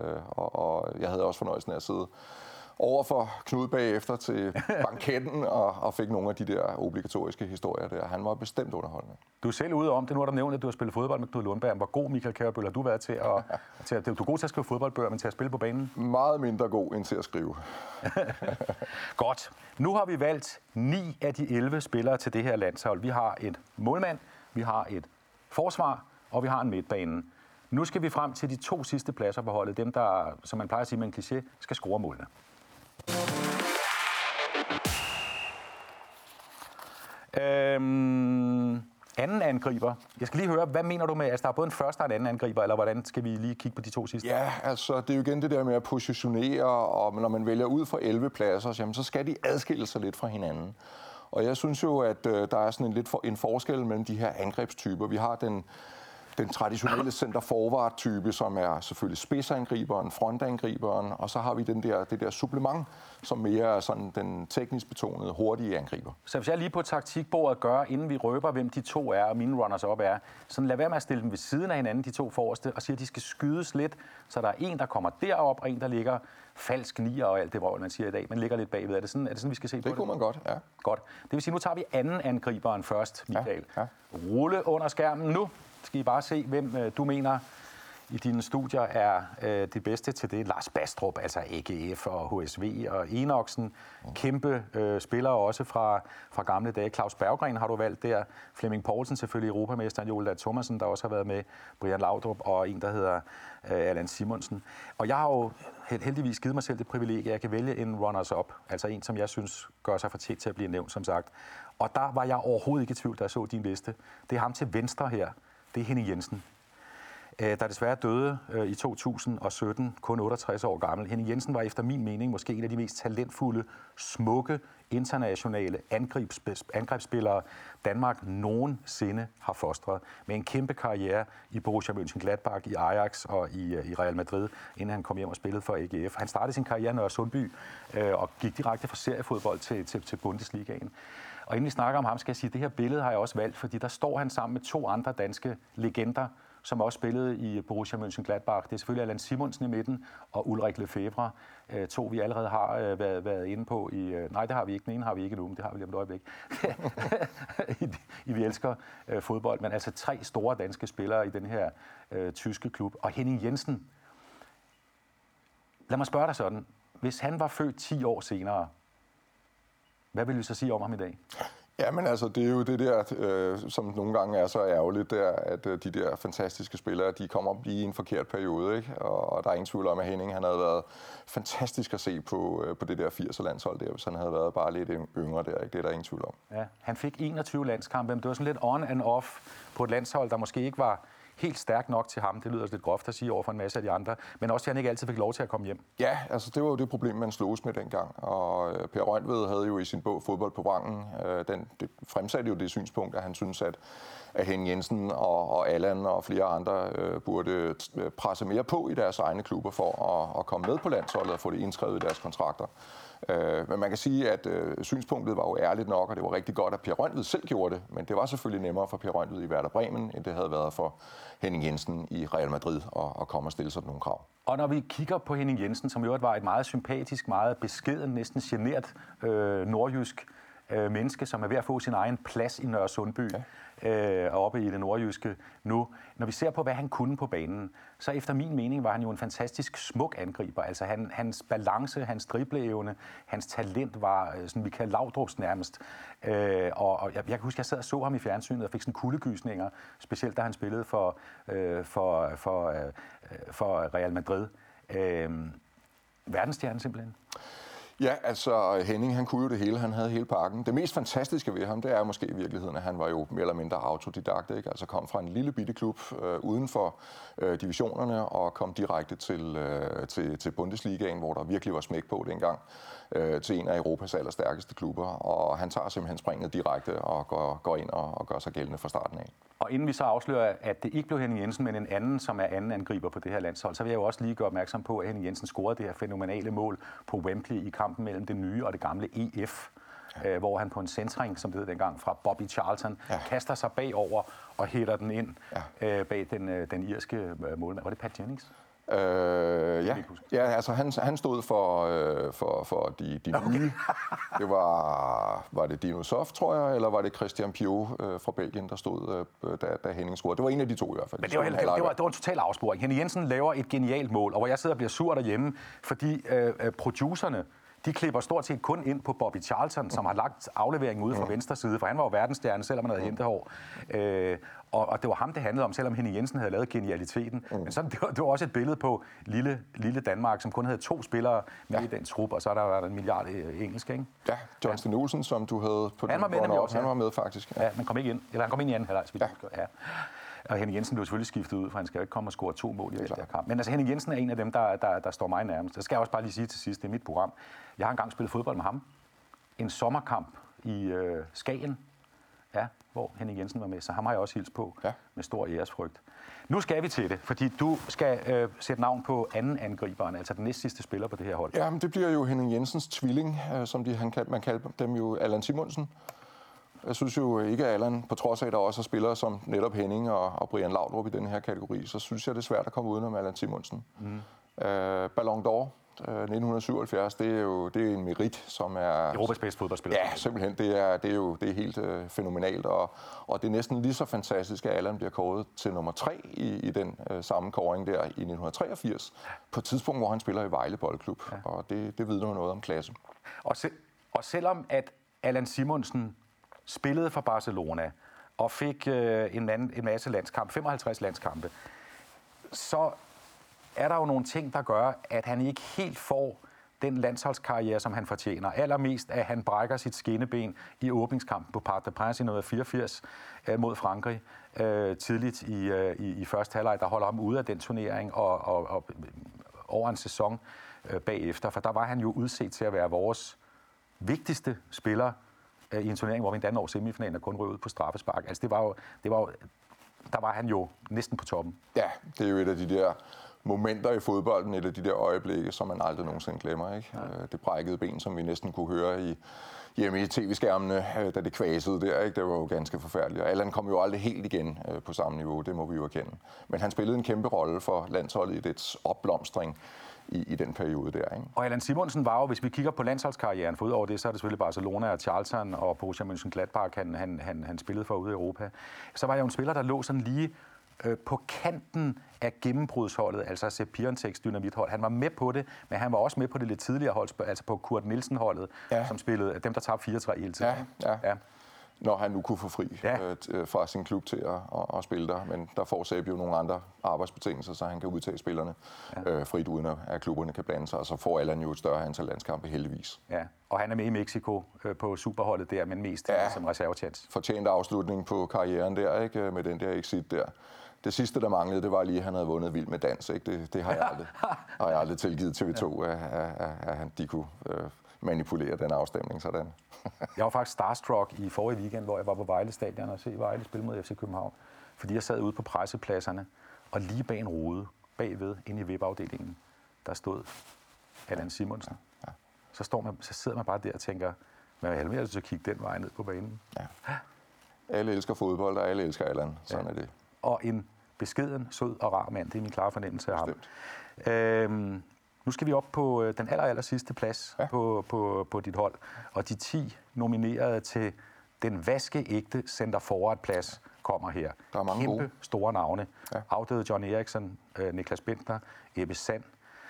og jeg havde også fornøjelsen af at sidde over for Knud bagefter til banketten og fik nogle af de der obligatoriske historier der. Han var bestemt underholdende. Du er selv ude om det. Nu har du nævnt, at du har spillet fodbold med Knud Lundberg. Hvor god, Michael Kjærbøl, har du været til at... Du er god til at skrive fodboldbøger, men til at spille på banen? Meget mindre god end til at skrive. Godt. Nu har vi valgt 9 af de 11 spillere til det her landshold. Vi har et målmand, vi har et forsvar, og vi har en midtbane. Nu skal vi frem til de 2 sidste pladser på holdet. Dem, der, som man plejer at sige med en kliché, skal score målene. anden angriber. Jeg skal lige høre, hvad mener du med, altså der er både en første og en anden angriber, eller hvordan skal vi lige kigge på de to sidste? Ja, altså det er jo igen det der med at positionere, og når man vælger ud fra 11 pladser, jamen, så skal de adskille sig lidt fra hinanden. Og jeg synes jo, at der er sådan en forskel mellem de her angrebstyper. Vi har den traditionelle center-forward-type, som er selvfølgelig spidsangriberen, frontangriberen, og så har vi det der supplement, som mere er sådan den teknisk betonede, hurtige angriber. Så hvis jeg lige på taktikbordet gør, inden vi røber, hvem de to er, og mine runners op er, så lad være med at stille dem ved siden af hinanden, de to forreste, og sige, at de skal skydes lidt, så der er en, der kommer derop, og en, der ligger falsk nier og alt det, hvor man siger i dag, men ligger lidt bagved. Er det sådan, vi skal se på det? Det kunne man godt, ja. Godt. Det vil sige, nu tager vi anden angriberen først, Michael. Ja. Rulle under skærmen nu. Skal I bare se, hvem du mener i dine studier er det bedste til det. Lars Bastrup, altså AGF og HSV og Enoksen. Kæmpe spillere også fra gamle dage. Claus Berggren har du valgt der. Flemming Poulsen selvfølgelig, europamesteren. Joel Thomasen, der også har været med. Brian Laudrup og en, der hedder Allan Simonsen. Og jeg har jo heldigvis givet mig selv det privilegie, at jeg kan vælge en runners-up. Altså en, som jeg synes gør sig fortjent til at blive nævnt, som sagt. Og der var jeg overhovedet ikke i tvivl, da jeg så din liste. Det er ham til venstre her. Det er Henning Jensen, der desværre døde i 2017, kun 68 år gammel. Henning Jensen var efter min mening måske en af de mest talentfulde, smukke, internationale angrebsspillere, Danmark nogensinde har fostret. Med en kæmpe karriere i Borussia Mönchengladbach, i Ajax og i Real Madrid, inden han kom hjem og spillede for AGF. Han startede sin karriere i Nørresundby og gik direkte fra seriefodbold til Bundesligaen. Og inden vi snakker om ham, skal jeg sige, at det her billede har jeg også valgt, fordi der står han sammen med to andre danske legender, som også spillede i Borussia Mönchengladbach. Det er selvfølgelig Allan Simonsen i midten og Ulrik Lefebvre, to vi allerede har været inde på. Nej, det har vi ikke. Den ene har vi ikke nu, men det har vi lige om et øjeblik. Vi elsker fodbold, men altså 3 store danske spillere i den her tyske klub. Og Henning Jensen, lad mig spørge dig sådan, hvis han var født 10 år senere, hvad vil du så sige om ham i dag? Ja, men altså, det er jo det der, som nogle gange er så ærgerligt, der, at de der fantastiske spillere, de kommer op i en forkert periode, ikke? Og der er ingen tvivl om, at Henning, han havde været fantastisk at se på det der 80'er-landshold der, hvis han havde været bare lidt yngre der, ikke? Det er der ingen tvivl om. Ja, han fik 21 landskampe, men det var sådan lidt on and off på et landshold, der måske ikke var helt stærkt nok til ham. Det lyder lidt groft at sige over for en masse af de andre, men også at han ikke altid fik lov til at komme hjem. Ja, altså det var jo det problem, man sloges med dengang. Og Per Røntved havde jo i sin bog Fodbold på Vrangen, det fremsatte jo det synspunkt, at han synes, at Henning Jensen og Allan og flere andre burde presse mere på i deres egne klubber for at komme med på landsholdet og få det indskrevet i deres kontrakter. Men man kan sige, at synspunktet var jo ærligt nok, og det var rigtig godt, at Per Røntved selv gjorde det. Men det var selvfølgelig nemmere for Per Røntved i Werder Bremen, end det havde været for Henning Jensen i Real Madrid at komme og stille sådan nogle krav. Og når vi kigger på Henning Jensen, som jo var et meget sympatisk, meget beskeden, næsten genert nordjysk menneske, som er ved at få sin egen plads i Nørresundby, oppe i det nordjyske nu. Når vi ser på, hvad han kunne på banen, så efter min mening var han jo en fantastisk smuk angriber. Altså hans balance, hans dribleevne, hans talent var sådan Michael Laudrups nærmest. Og jeg kan huske, at jeg sad og så ham i fjernsynet og fik sådan kuldegysninger, specielt da han spillede for Real Madrid. Verdensstjerne simpelthen. Ja, altså Henning, han kunne jo det hele. Han havde hele pakken. Det mest fantastiske ved ham, det er måske i virkeligheden, at han var jo mere eller mindre autodidakt, ikke? Altså kom fra en lille bitte klub uden for divisionerne og kom direkte til Bundesligaen, hvor der virkelig var smæk på dengang, til en af Europas allerstærkeste klubber. Og han tager simpelthen springet direkte og går ind og gør sig gældende fra starten af. Og inden vi så afslører, at det ikke blev Henning Jensen, men en anden, som er anden angriber på det her landshold, så vil jeg jo også lige gøre opmærksom på, at Henning Jensen scorede det her fænomenale mål på Wembley i kampen mellem det nye og det gamle EF, hvor han på en centring, som det hed dengang, fra Bobby Charlton, kaster sig bagover og hætter den ind bag den irske målmand. Var det Pat Jennings? Ja, altså han stod for de nye. Det var det Dino Soft, tror jeg, eller var det Christian Piot fra Belgien, der stod, da Henning scorede. Det var en af de to i hvert fald. Men det var en total afsporing. Henning Jensen laver et genialt mål, og hvor jeg sidder og bliver sur derhjemme, fordi producerne De klipper stort set kun ind på Bobby Charlton, som har lagt afleveringen ude fra venstre side, for han var jo verdensstjerne, selvom han havde hentehår. Og det var ham, det handlede om, selvom Henning Jensen havde lavet genialiteten. Men så, det var også et billede på lille Danmark, som kun havde 2 spillere med i den trup, og så er der været en milliard engelsk, ikke? Ja, John Sten Olsen, som du havde på han var med, han var med faktisk. Ja, men kom ikke ind. Eller han kom ind i anden halvleg, ja. Og Henning Jensen blev selvfølgelig skiftet ud, for han skal jo ikke komme og score 2 mål i den der kamp. Men altså, Henning Jensen er en af dem, der står mig nærmest. Det skal jeg også bare lige sige til sidst, det er mit program. Jeg har engang spillet fodbold med ham. En sommerkamp i Skagen, hvor Henning Jensen var med, så ham har jeg også hilst på med stor æresfrygt. Nu skal vi til det, fordi du skal sætte navn på anden angriberen, altså den næstsidste spiller på det her hold. Ja, men det bliver jo Henning Jensens tvilling, som man kalder dem jo, Allan Simonsen. Jeg synes jo ikke, at Allan, på trods af, at der også er spillere som netop Henning og Brian Laudrup i den her kategori, så synes jeg, det er svært at komme udenom Allan Simonsen. Ballon d'Or 1977, det er en merit, som er... Europas bedste fodboldspiller. Ja, simpelthen. Det er helt fænomenalt, og det er næsten lige så fantastisk, at Allan bliver kåret til nummer 3 i den samme kåring der i 1983, på et tidspunkt, hvor han spiller i Vejle Boldklub, og det vidner jo noget om klasse. Og selvom at Allan Simonsen spillede for Barcelona og fik en masse landskampe, 55 landskampe, så er der jo nogle ting, der gør, at han ikke helt får den landsholdskarriere, som han fortjener. Allermest, at han brækker sit skinneben i åbningskampen på Parc des Princes i 1984 mod Frankrig. Tidligt i første halvleg, der holder ham ude af den turnering og over en sæson bagefter. For der var han jo udset til at være vores vigtigste spiller i en turnering, hvor vi endda når semifinalen og kun røg ud på straffespark. Altså der var han jo næsten på toppen. Ja, det er jo et af de der momenter i fodbolden, et af de der øjeblikke, som man aldrig nogensinde glemmer, ikke? Ja. Det brækkede ben, som vi næsten kunne høre hjemme i tv-skærmene, da det kvasede der, ikke? Det var jo ganske forfærdeligt. Og Allan kom jo aldrig helt igen på samme niveau, det må vi jo erkende. Men han spillede en kæmpe rolle for landsholdet i dets opblomstring i den periode der, ikke? Og Allan Simonsen var jo, hvis vi kigger på landsholdskarrieren, for udover det, så er det selvfølgelig Barcelona og Charlton og Borussia Mönchengladbach, han spillede for ude i Europa. Så var jeg jo en spiller, der lå sådan lige på kanten af gennembrudsholdet, altså Sepp Piontek's dynamithold. Han var med på det, men han var også med på det lidt tidligere hold, altså på Kurt Nielsen-holdet, som spillede dem, der tabte 4-3 hele tiden. Ja. Når han nu kunne få fri fra sin klub til at spille der. Men der får Sepp jo nogle andre arbejdsbetingelser, så han kan udtage spillerne frit, uden at klubberne kan blande sig. Og så får Allan jo et større antal landskampe, heldigvis. Ja, og han er med i Mexico på superholdet der, men mest som reservetjans. Fortjent afslutning på karrieren der, ikke? Med den der exit der. Det sidste, der manglede, det var lige, at han havde vundet Vild med Dans. Ikke? Det har jeg aldrig tilgivet TV2, at de kunne manipulere den afstemning sådan. Jeg var faktisk starstruck i forrige weekend, hvor jeg var på Vejle Stadion og se Vejle spille mod FC København. Fordi jeg sad ude på pressepladserne, og lige bag en rode, bagved, inde i VIP-afdelingen, der stod Allan Simonsen. Ja. Så sidder man bare der og tænker, hvad er det, så kigge den vej ned på banen? Ja. Alle elsker fodbold, og alle elsker Allan. Sådan er det. Og en beskeden, sød og rar mand. Det er min klare fornemmelse af ham. Nu skal vi op på den aller sidste plads på dit hold. Og de 10 nominerede til den vaskeægte center forward-plads kommer her. Der er mange kæmpe store navne. Ja. Afdøde John Eriksen, Niklas Bentner, Ebbe Sand,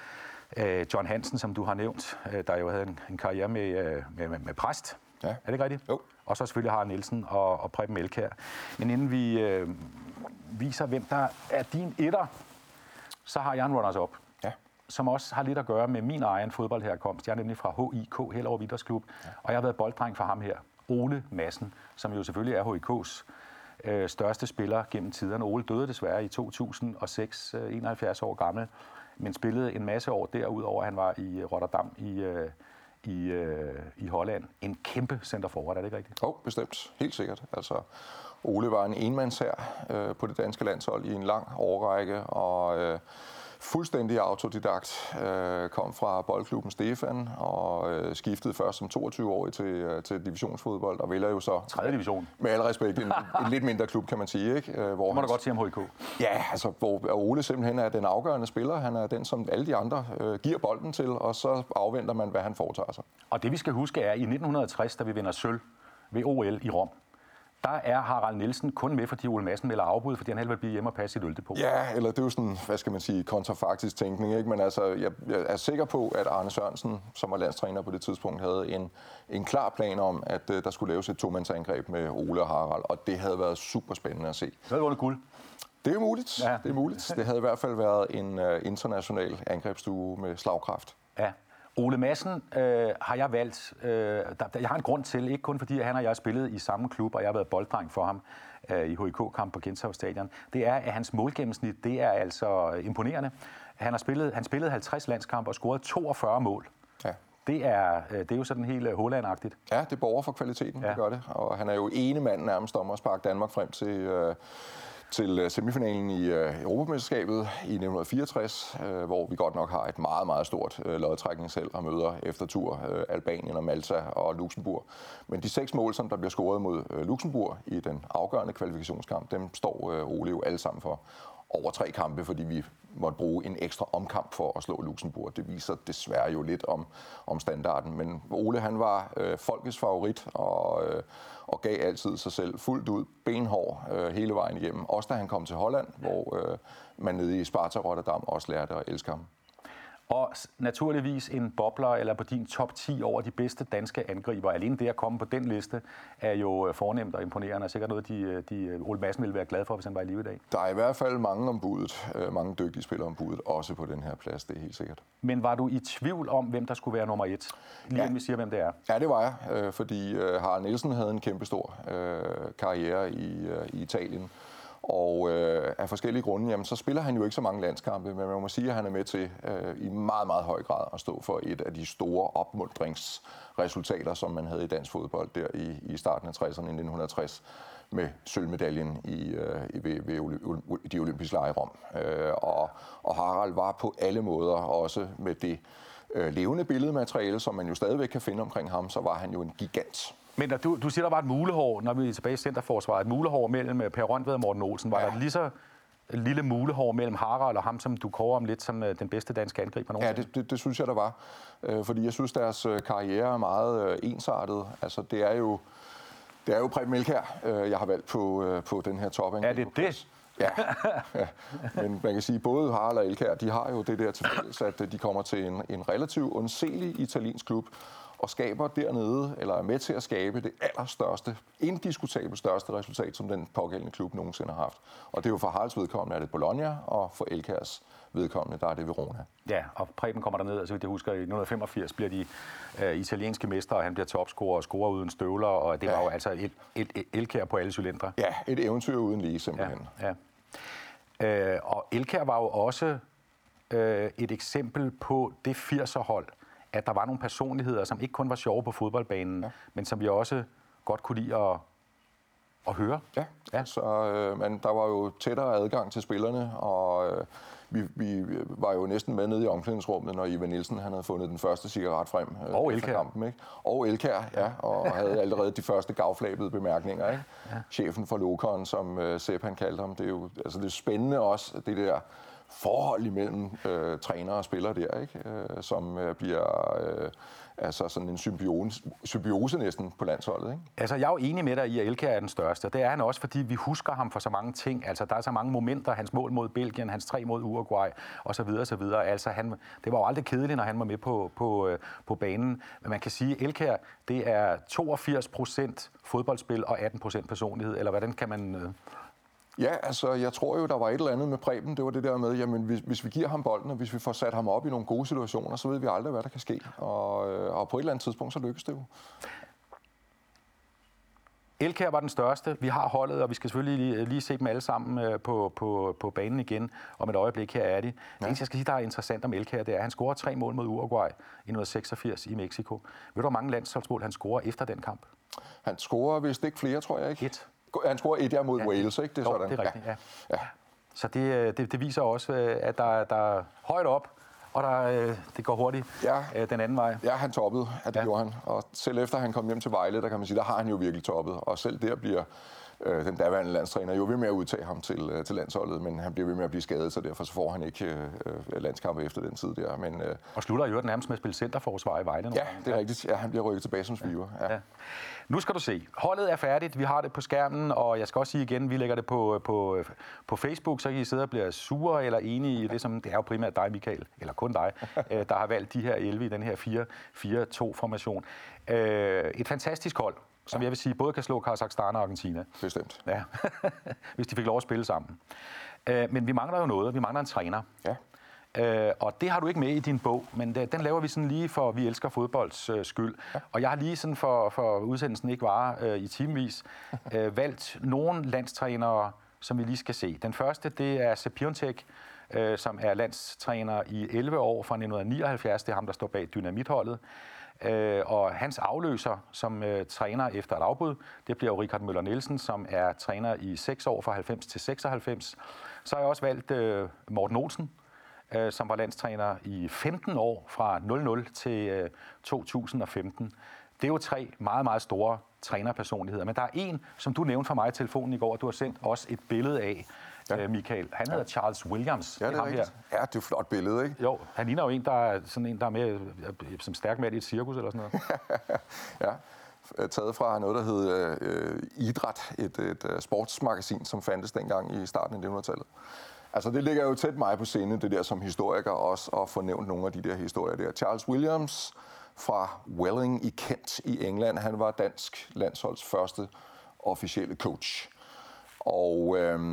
John Hansen, som du har nævnt, der jo havde en karriere med Præst. Ja. Er det ikke rigtigt? Jo. Og så selvfølgelig Harald Nielsen og Preben Elkjær. Men inden vi viser, hvem der er din etter, så har jeg en runners-up, som også har lidt at gøre med min egen fodboldherkomst. Jeg er nemlig fra HIK, Hellerup Idrætsklub, og jeg har været bolddreng for ham her, Ole Madsen, som jo selvfølgelig er HIK's største spiller gennem tiderne. Ole døde desværre i 2006, 71 år gammel, men spillede en masse år derudover. Han var i Rotterdam i Holland. En kæmpe center forward, er det ikke rigtigt? Jo, bestemt. Helt sikkert. Altså, Ole var en enmandshær på det danske landshold i en lang årrække, og fuldstændig autodidakt, kom fra boldklubben Stefan og skiftede først som 22-årig til divisionsfodbold og vælger jo så 3. division. Med al respekt en lidt mindre klub, kan man sige, ikke? Hvor må du godt sige om HIK. Ja, altså hvor Ole simpelthen er den afgørende spiller. Han er den, som alle de andre giver bolden til, og så afventer man, hvad han foretager sig. Og det vi skal huske er, i 1960, da vi vinder sølv ved OL i Rom, Der er Harald Nielsen kun med, fordi Ole Madsen melder afbud, fordi han hellere vil blive hjemme og passe sit øldepot. Ja, eller det er jo sådan, hvad skal man sige, kontrafaktisk tænkning, ikke? Men altså, jeg er sikker på, at Arne Sørensen, som var landstræner på det tidspunkt, havde en klar plan om, at der skulle laves et tomandsangreb med Ole og Harald, og det havde været super spændende at se. Så havde vundet guld. Det er muligt, ja. Det er muligt. Det havde i hvert fald været en international angrebsstue med slagkraft. Ja. Ole Madsen har jeg valgt. Jeg har en grund til, ikke kun fordi han og jeg har spillet i samme klub, og jeg har været bolddreng for ham i HIK-kamp på Gentofte Stadion. Det er, at hans målgennemsnit, det er altså imponerende. Han spillede 50 landskampe og scoret 42 mål. Ja. Det er jo sådan helt Haaland-agtigt. Ja, det borger for kvaliteten, ja. Det gør det. Og han er jo ene mand nærmest om at sparke Danmark frem til semifinalen i Europamesterskabet i 1964, hvor vi godt nok har et meget, meget stort lodtrækningsheld og møder efter tur Albanien og Malta og Luxembourg. Men de 6 mål, som der bliver scoret mod Luxembourg i den afgørende kvalifikationskamp, dem står Ole jo alle sammen for over 3 kampe, fordi vi måtte bruge en ekstra omkamp for at slå Luxembourg. Det viser desværre jo lidt om standarden. Men Ole, han var folkets favorit og gav altid sig selv fuldt ud, benhård hele vejen igennem. Også da han kom til Holland, hvor man nede i Sparta Rotterdam også lærte at elske ham. Og naturligvis en bobler eller på din top 10 over de bedste danske angriber. Alene det at komme på den liste er jo fornemt og imponerende, og sikkert noget, Ole Madsen ville være glad for, hvis han var i live i dag. Der er i hvert fald mange om budet, mange dygtige spillere om budet, også på den her plads, det er helt sikkert. Men var du i tvivl om, hvem der skulle være nummer 1? Lige inden vi siger, hvem det er. Ja, det var jeg, fordi Harald Nielsen havde en kæmpestor karriere i Italien. Og af forskellige grunde, jamen, så spiller han jo ikke så mange landskampe, men man må sige, at han er med til i meget, meget høj grad at stå for et af de store opmuntringsresultater, som man havde i dansk fodbold der i starten af 60'erne i 1960 med sølvmedaljen ved de olympiske lege i Rom. Og Harald var på alle måder, også med det levende billedmateriale, som man jo stadigvæk kan finde omkring ham, så var han jo en gigant. Men du siger, der var et mulehår, når vi er tilbage i centerforsvaret, et mulehår mellem Per Røntved og Morten Olsen. Var der lige så lille mulehår mellem Harald og ham, som du kårer om lidt som den bedste danske angriber nogensinde? Ja, det synes jeg, der var. Fordi jeg synes, deres karriere er meget ensartet. Altså, det er jo Preben Elkjær, jeg har valgt på den her topangriber. Er det det? Ja. Men man kan sige, både Harald og Elkjær, de har jo det der til fælles, at de kommer til en relativt undselig italiensk klub, og skaber dernede, eller er med til at skabe det allerstørste, indiskutabelt største resultat, som den pågældende klub nogensinde har haft. Og det er jo for Haralds vedkommende er det Bologna, og for Elkjærs vedkommende, der er det Verona. Ja, og Preben kommer derned, altså jeg husker, i 1985 bliver de italienske mestre, og han bliver topscorer og scorer uden støvler, og det var jo altså et Elkjær på alle cylindre. Ja, et eventyr uden lige, simpelthen. Ja. Og Elkjær var jo også et eksempel på det 80'er-hold, at der var nogle personligheder, som ikke kun var sjove på fodboldbanen, men som vi også godt kunne lide at høre. Ja. Så der var jo tættere adgang til spillerne, og vi var jo næsten med nede i omklædningsrummet, når Ivan Nielsen han havde fundet den første cigaret frem efter kampen. Ikke? Og Elkjær, ja, og havde allerede de første gavflabede bemærkninger. Ikke? Ja. Chefen for Lokeren, som Sepp han kaldte ham. Det er jo altså det er spændende også, det der forhold imellem træner og spiller der, ikke? Som bliver altså sådan en symbiose næsten på landsholdet. Ikke? Altså, jeg er jo enig med dig i, at Elkjær er den største. Det er han også, fordi vi husker ham for så mange ting. Altså, der er så mange momenter, hans mål mod Belgien, hans 3 mod Uruguay, osv. osv. Altså, det var jo aldrig kedeligt, når han var med på banen. Men man kan sige, at Elkjær, det er 82% fodboldspil og 18% personlighed. Eller hvordan kan man... Ja, altså jeg tror jo, der var et eller andet med Preben. Det var det der med, jamen hvis vi giver ham bolden, og hvis vi får sat ham op i nogle gode situationer, så ved vi aldrig, hvad der kan ske. Og på et eller andet tidspunkt, så lykkes det jo. Elkjær var den største. Vi har holdet, og vi skal selvfølgelig lige se dem alle sammen på banen igen. Om et øjeblik her er de. Det eneste, jeg skal sige, der er interessant om Elkjær, det er, at han scorer 3 mål mod Uruguay i 1986 i Mexico. Ved du, hvor mange landsholdsmål han scorer efter den kamp? Han scorer vist ikke flere, tror jeg ikke. 1. Han scorer 1 mod Wales, ikke? Det er sådan. Det er rigtigt, ja. Så det viser også, at der er højt op, og det går hurtigt den anden vej. Ja, han toppede, det gjorde han. Og selv efter han kom hjem til Vejle, der kan man sige, der har han jo virkelig toppet. Og selv der bliver den daværende landstræner, jo ved med at udtage ham til landsholdet, men han bliver ved med at blive skadet, så derfor så får han ikke landskampe efter den tid der. Men, og slutter jo nærmest med at spille centerforsvar i Vejle. Ja, det er rigtigt. Ja, han bliver rykket tilbage som sviver. Ja. Ja. Nu skal du se. Holdet er færdigt. Vi har det på skærmen, og jeg skal også sige igen, vi lægger det på Facebook, så kan I sidde og blive sure eller enige i det, som det er jo primært dig, Michael, eller kun dig, der har valgt de her 11 i den her 4-4-2-formation. Et fantastisk hold, som jeg vil sige, både kan slå Kazakhstan og Argentina. Bestemt. Ja, hvis de fik lov at spille sammen. Men vi mangler jo noget. Vi mangler en træner. Ja. Og det har du ikke med i din bog, men den laver vi sådan lige for Vi Elsker Fodbolds skyld. Ja. Og jeg har lige sådan for udsendelsen ikke varer i timevis, valgt nogle landstrænere, som vi lige skal se. Den første, det er Sepp Piontek, som er landstræner i 11 år fra 1979. Det er ham, der står bag Dynamitholdet. Og hans afløser som træner efter et afbud, det bliver jo Richard Møller Nielsen, som er træner i 6 år fra 90 til 96. Så har jeg også valgt Morten Olsen, som var landstræner i 15 år fra 00 til 2015. Det er jo 3 meget, meget store trænerpersonligheder. Men der er en, som du nævnte for mig i telefonen i går, og du har sendt os et billede af, Michael. Han hedder Charles Williams. Ja, det er rigtigt. Ja, det er et flot billede, ikke? Jo, han ligner jo en, der er med som stærk med i et cirkus eller sådan noget. Ja, taget fra noget, der hed Idræt, et sportsmagasin, som fandtes dengang i starten af 1900-tallet. Altså, det ligger jo tæt mig på sinde, det der som historiker også, at få nævnt nogle af de der historier der. Charles Williams fra Welling i Kent i England, han var dansk landsholds første officielle coach. Og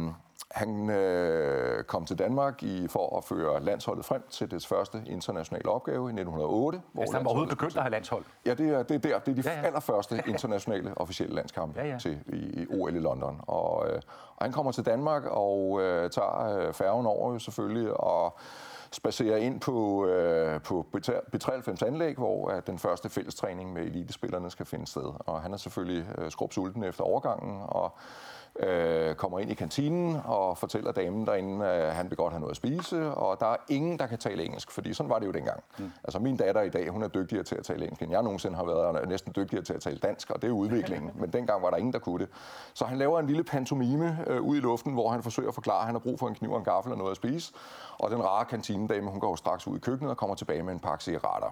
han kom til Danmark for at føre landsholdet frem til dets første internationale opgave i 1908. Altså, han var overhovedet begyndt at have landshold? Ja, det er de allerførste internationale officielle landskampe til i OL i London. Og han kommer til Danmark og tager færgen over jo selvfølgelig og spacerer ind på B93 anlæg, hvor den første fællestræning med elitespillerne skal finde sted. Og han er selvfølgelig skrubsulten efter overgangen og kommer ind i kantinen og fortæller damen derinde, at han vil godt have noget at spise, og der er ingen, der kan tale engelsk, fordi sådan var det jo dengang. Altså min datter i dag, hun er dygtigere til at tale engelsk, end jeg nogensinde har været, og næsten dygtigere til at tale dansk, og det er udviklingen, men dengang var der ingen, der kunne det. Så han laver en lille pantomime ud i luften, hvor han forsøger at forklare, at han har brug for en kniv og en gaffel og noget at spise, og den rare kantinedame, hun går jo straks ud i køkkenet og kommer tilbage med en pakke cigaretter.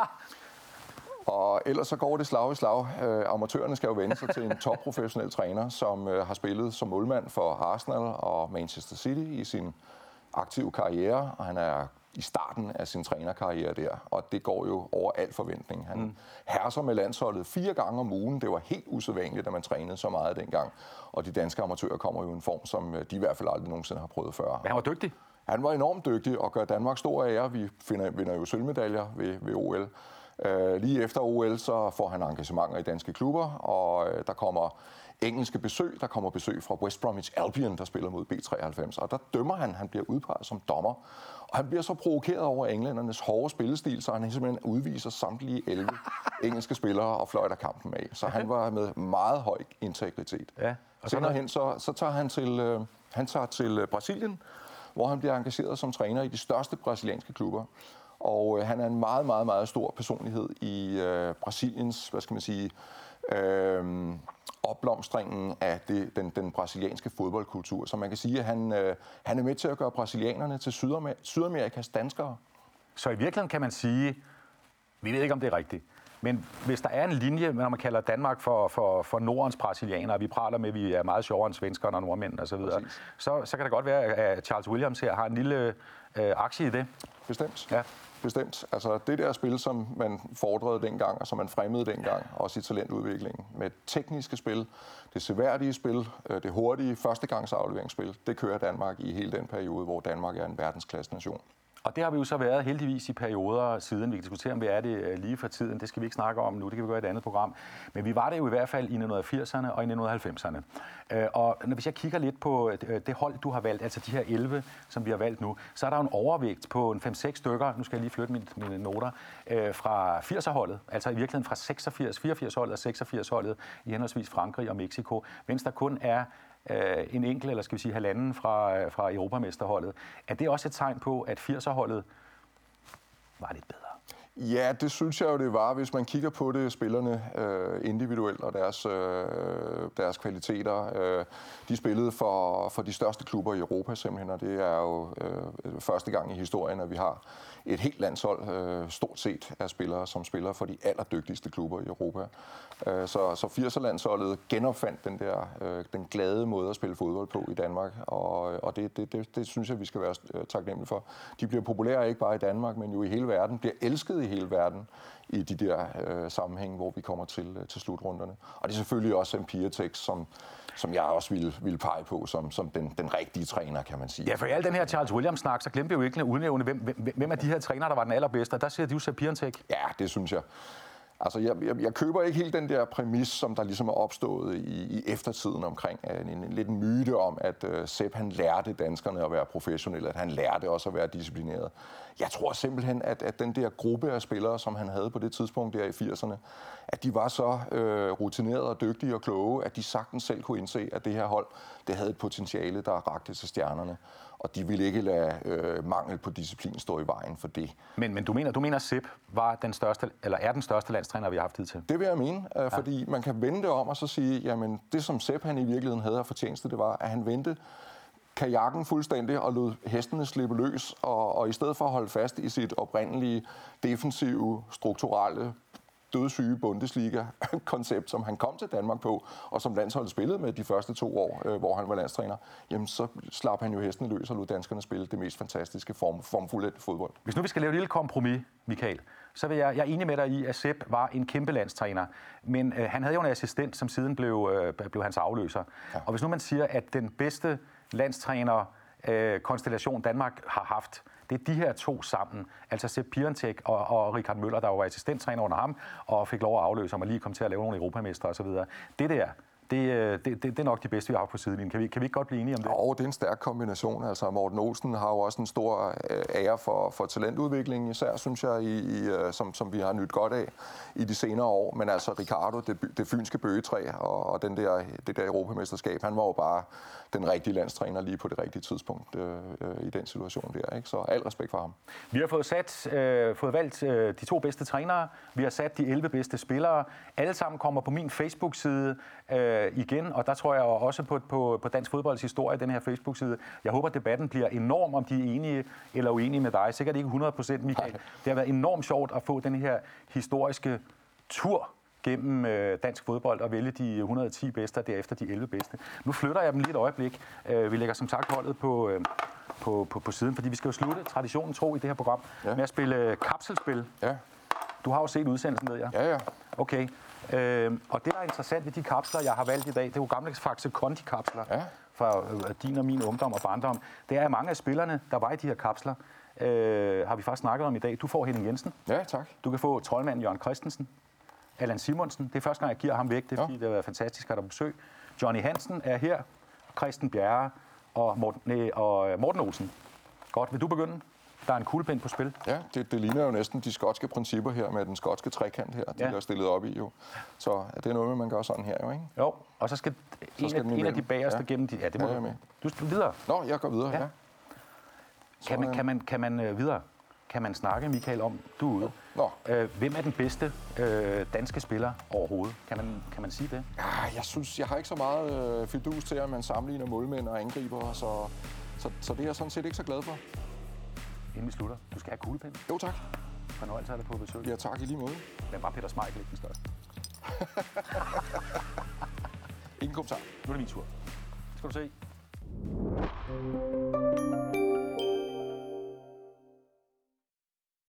Og ellers så går det slag i slag. Amatørerne skal jo vende sig til en topprofessionel træner, som har spillet som målmand for Arsenal og Manchester City i sin aktive karriere, og han er i starten af sin trænerkarriere der, og det går jo over al forventning. Han herser med landsholdet 4 gange om ugen. Det var helt usædvanligt, at man trænede så meget dengang, og de danske amatører kommer jo i en form, som de i hvert fald aldrig nogensinde har prøvet før. Men han var dygtig. Han var enormt dygtig og gør Danmark stor ære. Vi vinder jo sølvmedaljer ved OL. Lige efter OL, så får han engagementer i danske klubber, og der kommer engelske besøg. Der kommer besøg fra West Bromwich Albion, der spiller mod B93, og der dømmer han bliver udpeget som dommer. Og han bliver så provokeret over englændernes hårde spillestil, så han simpelthen udviser samtlige 11 engelske spillere og fløjter kampen af. Så han var med meget høj integritet. Ja, og senere hen, så tager han til Brasilien, hvor han bliver engageret som træner i de største brasilianske klubber. Og han er en meget, meget, meget stor personlighed i Brasiliens, hvad skal man sige, opblomstringen af den brasilianske fodboldkultur. Så man kan sige, at han er med til at gøre brasilianerne til Sydamerikas danskere. Så i virkeligheden kan man sige, vi ved ikke, om det er rigtigt, men hvis der er en linje, når man kalder Danmark for Nordens brasilianere, vi praler med, at vi er meget sjovere end svenskerne og nordmænd osv., så kan det godt være, at Charles Williams her har en lille aktie i det. Bestemt. Ja. Bestemt. Altså det der spil, som man fordrede dengang, og som man fremmede dengang, også i talentudviklingen, med tekniske spil, det seværdige spil, det hurtige førstegangsafleveringsspil, det kører Danmark i hele den periode, hvor Danmark er en verdensklasse nation. Og det har vi jo så været heldigvis i perioder siden. Vi kan diskutere, om vi er det lige for tiden. Det skal vi ikke snakke om nu. Det kan vi gøre i et andet program. Men vi var det jo i hvert fald i 1980'erne og i 1990'erne. Og hvis jeg kigger lidt på det hold, du har valgt, altså de her 11, som vi har valgt nu, så er der jo en overvægt på en 5-6 stykker. Nu skal jeg lige flytte mine noter. Fra 80'er-holdet, altså i virkeligheden fra 84-holdet og 86-holdet i henholdsvis Frankrig og Mexico, mens der kun er en enkelt, eller skal vi sige halvanden fra Europamesterholdet. Er det også et tegn på, at 80'er-holdet var lidt bedre? Ja, det synes jeg jo, det var, hvis man kigger på det, spillerne individuelt og deres kvaliteter. De spillede for de største klubber i Europa simpelthen, og det er jo første gang i historien, at vi har et helt landshold, stort set af spillere, som spiller for de allerdygtigste klubber i Europa. Så 80'er-landsholdet genopfandt den glade måde at spille fodbold på i Danmark, og det synes jeg, vi skal være taknemmelige for. De bliver populære ikke bare i Danmark, men jo i hele verden, bliver elsket i hele verden i de der sammenhænge, hvor vi kommer til slutrunderne. Og det er selvfølgelig også en Piatek, som jeg også ville pege på som den rigtige træner, kan man sige. Ja, for i al den her Charles Williams-snak, så glemte vi jo ikke at udnævne, hvem af de her trænere, der var den allerbedste. Der siger de jo Sepp Piatek. Ja, det synes jeg. Altså, jeg køber ikke helt den der præmis, som der ligesom er opstået i eftertiden omkring en lidt myte om, at Sepp han lærte danskerne at være professionelle, at han lærte også at være disciplineret. Jeg tror simpelthen, at den der gruppe af spillere, som han havde på det tidspunkt der i 80'erne, at de var så rutinerede og dygtige og kloge, at de sagtens selv kunne indse, at det her hold, det havde et potentiale, der rakte til stjernerne. Og de ville ikke lade mangel på disciplin stå i vejen for det. Men du mener, at Sepp var den største, eller er den største landstræner, vi har haft tid til? Det vil jeg mene, fordi man kan vende det om og så sige, jamen det som Sepp han i virkeligheden havde af fortjeneste, det var, at han vendte kajakken fuldstændig og lod hestene slippe løs, og i stedet for at holde fast i sit oprindelige, defensive, strukturelle, dødssyge Bundesliga-koncept, som han kom til Danmark på, og som landsholdet spillede med de første 2 år, hvor han var landstræner, jamen så slap han jo hestene løs og lod danskerne spille det mest fantastiske formfulde fodbold. Hvis nu vi skal lave et lille kompromis, Michael, så vil jeg er enig med dig i, at Sepp var en kæmpe landstræner, men han havde jo en assistent, som siden blev hans afløser. Ja. Og hvis nu man siger, at den bedste landstræner konstellation Danmark har haft, det er de her to sammen, altså Sepp Piatek og Richard Møller, der var assistenttræner under ham, og fik lov at afløse ham og lige komme til at lave nogle europamestre osv. Det der, det er nok de bedste, vi har haft på sidelinjen. Kan vi ikke godt blive enige om det? Jo, det er en stærk kombination. Altså, Morten Olsen har jo også en stor ære for talentudviklingen, især synes jeg, som vi har nyt godt af i de senere år. Men altså Ricardo, det fynske bøgetræ og det der europamesterskab, han var jo bare den rigtige landstræner lige på det rigtige tidspunkt i den situation der. Ikke? Så al respekt for ham. Vi har fået valgt de 2 bedste trænere. Vi har sat de 11 bedste spillere. Alle sammen kommer på min Facebook-side igen, og der tror jeg også på Dansk Fodbolds historie, den her Facebook-side. Jeg håber, at debatten bliver enorm, om de er enige eller uenige med dig. Sikkert ikke 100%, Michael. Det har været enormt sjovt at få den her historiske tur gennem dansk fodbold og vælge de 110 bedste og derefter de 11 bedste. Nu flytter jeg dem lige et øjeblik. Vi lægger som sagt holdet på siden, fordi vi skal jo slutte traditionen tro i det her program med at spille kapselspil. Ja. Du har jo set udsendelsen, ved jeg. Ja. Okay. Og det, der er interessant ved de kapsler, jeg har valgt i dag, det er jo gamle Faxe Kondi-kapsler fra din og min ungdom og barndom. Det er mange af spillerne, der var i de her kapsler, har vi faktisk snakket om i dag. Du får Henning Jensen. Ja, tak. Du kan få troldmanden Jørgen Christensen. Allan Simonsen. Det er første gang, jeg giver ham væk. Det er fordi, det har været fantastisk at have dig på besøg. Johnny Hansen er her. Christen Bjerre og Morten Olsen. Godt. Vil du begynde? Der er en kuglepen på spil. Ja, det ligner jo næsten de skotske principper her med den skotske trekant her, de der stillet op i jo. Så det er noget, man gør sådan her jo, ikke? Jo, og så skal en af de bagerste gennem de... Ja, det må du med. Du skal videre. Nå, jeg går videre, ja. Kan man videre? Kan man snakke, Michael, om, du er ude? Hvem er den bedste danske spiller overhovedet? Kan man sige det? Ja, jeg synes, jeg har ikke så meget fidus til, at man sammenligner målmænd og angriber, så det er jeg sådan set ikke så glad for. Inden vi slutter, du skal have kuglepen. Jo, tak. Fornøjelse af dig på besøg. Ja, tak i lige måde. Men bare Peter Schmeichel ikke den største. Ingen kommentar. Nu er det min tur. Skal du se.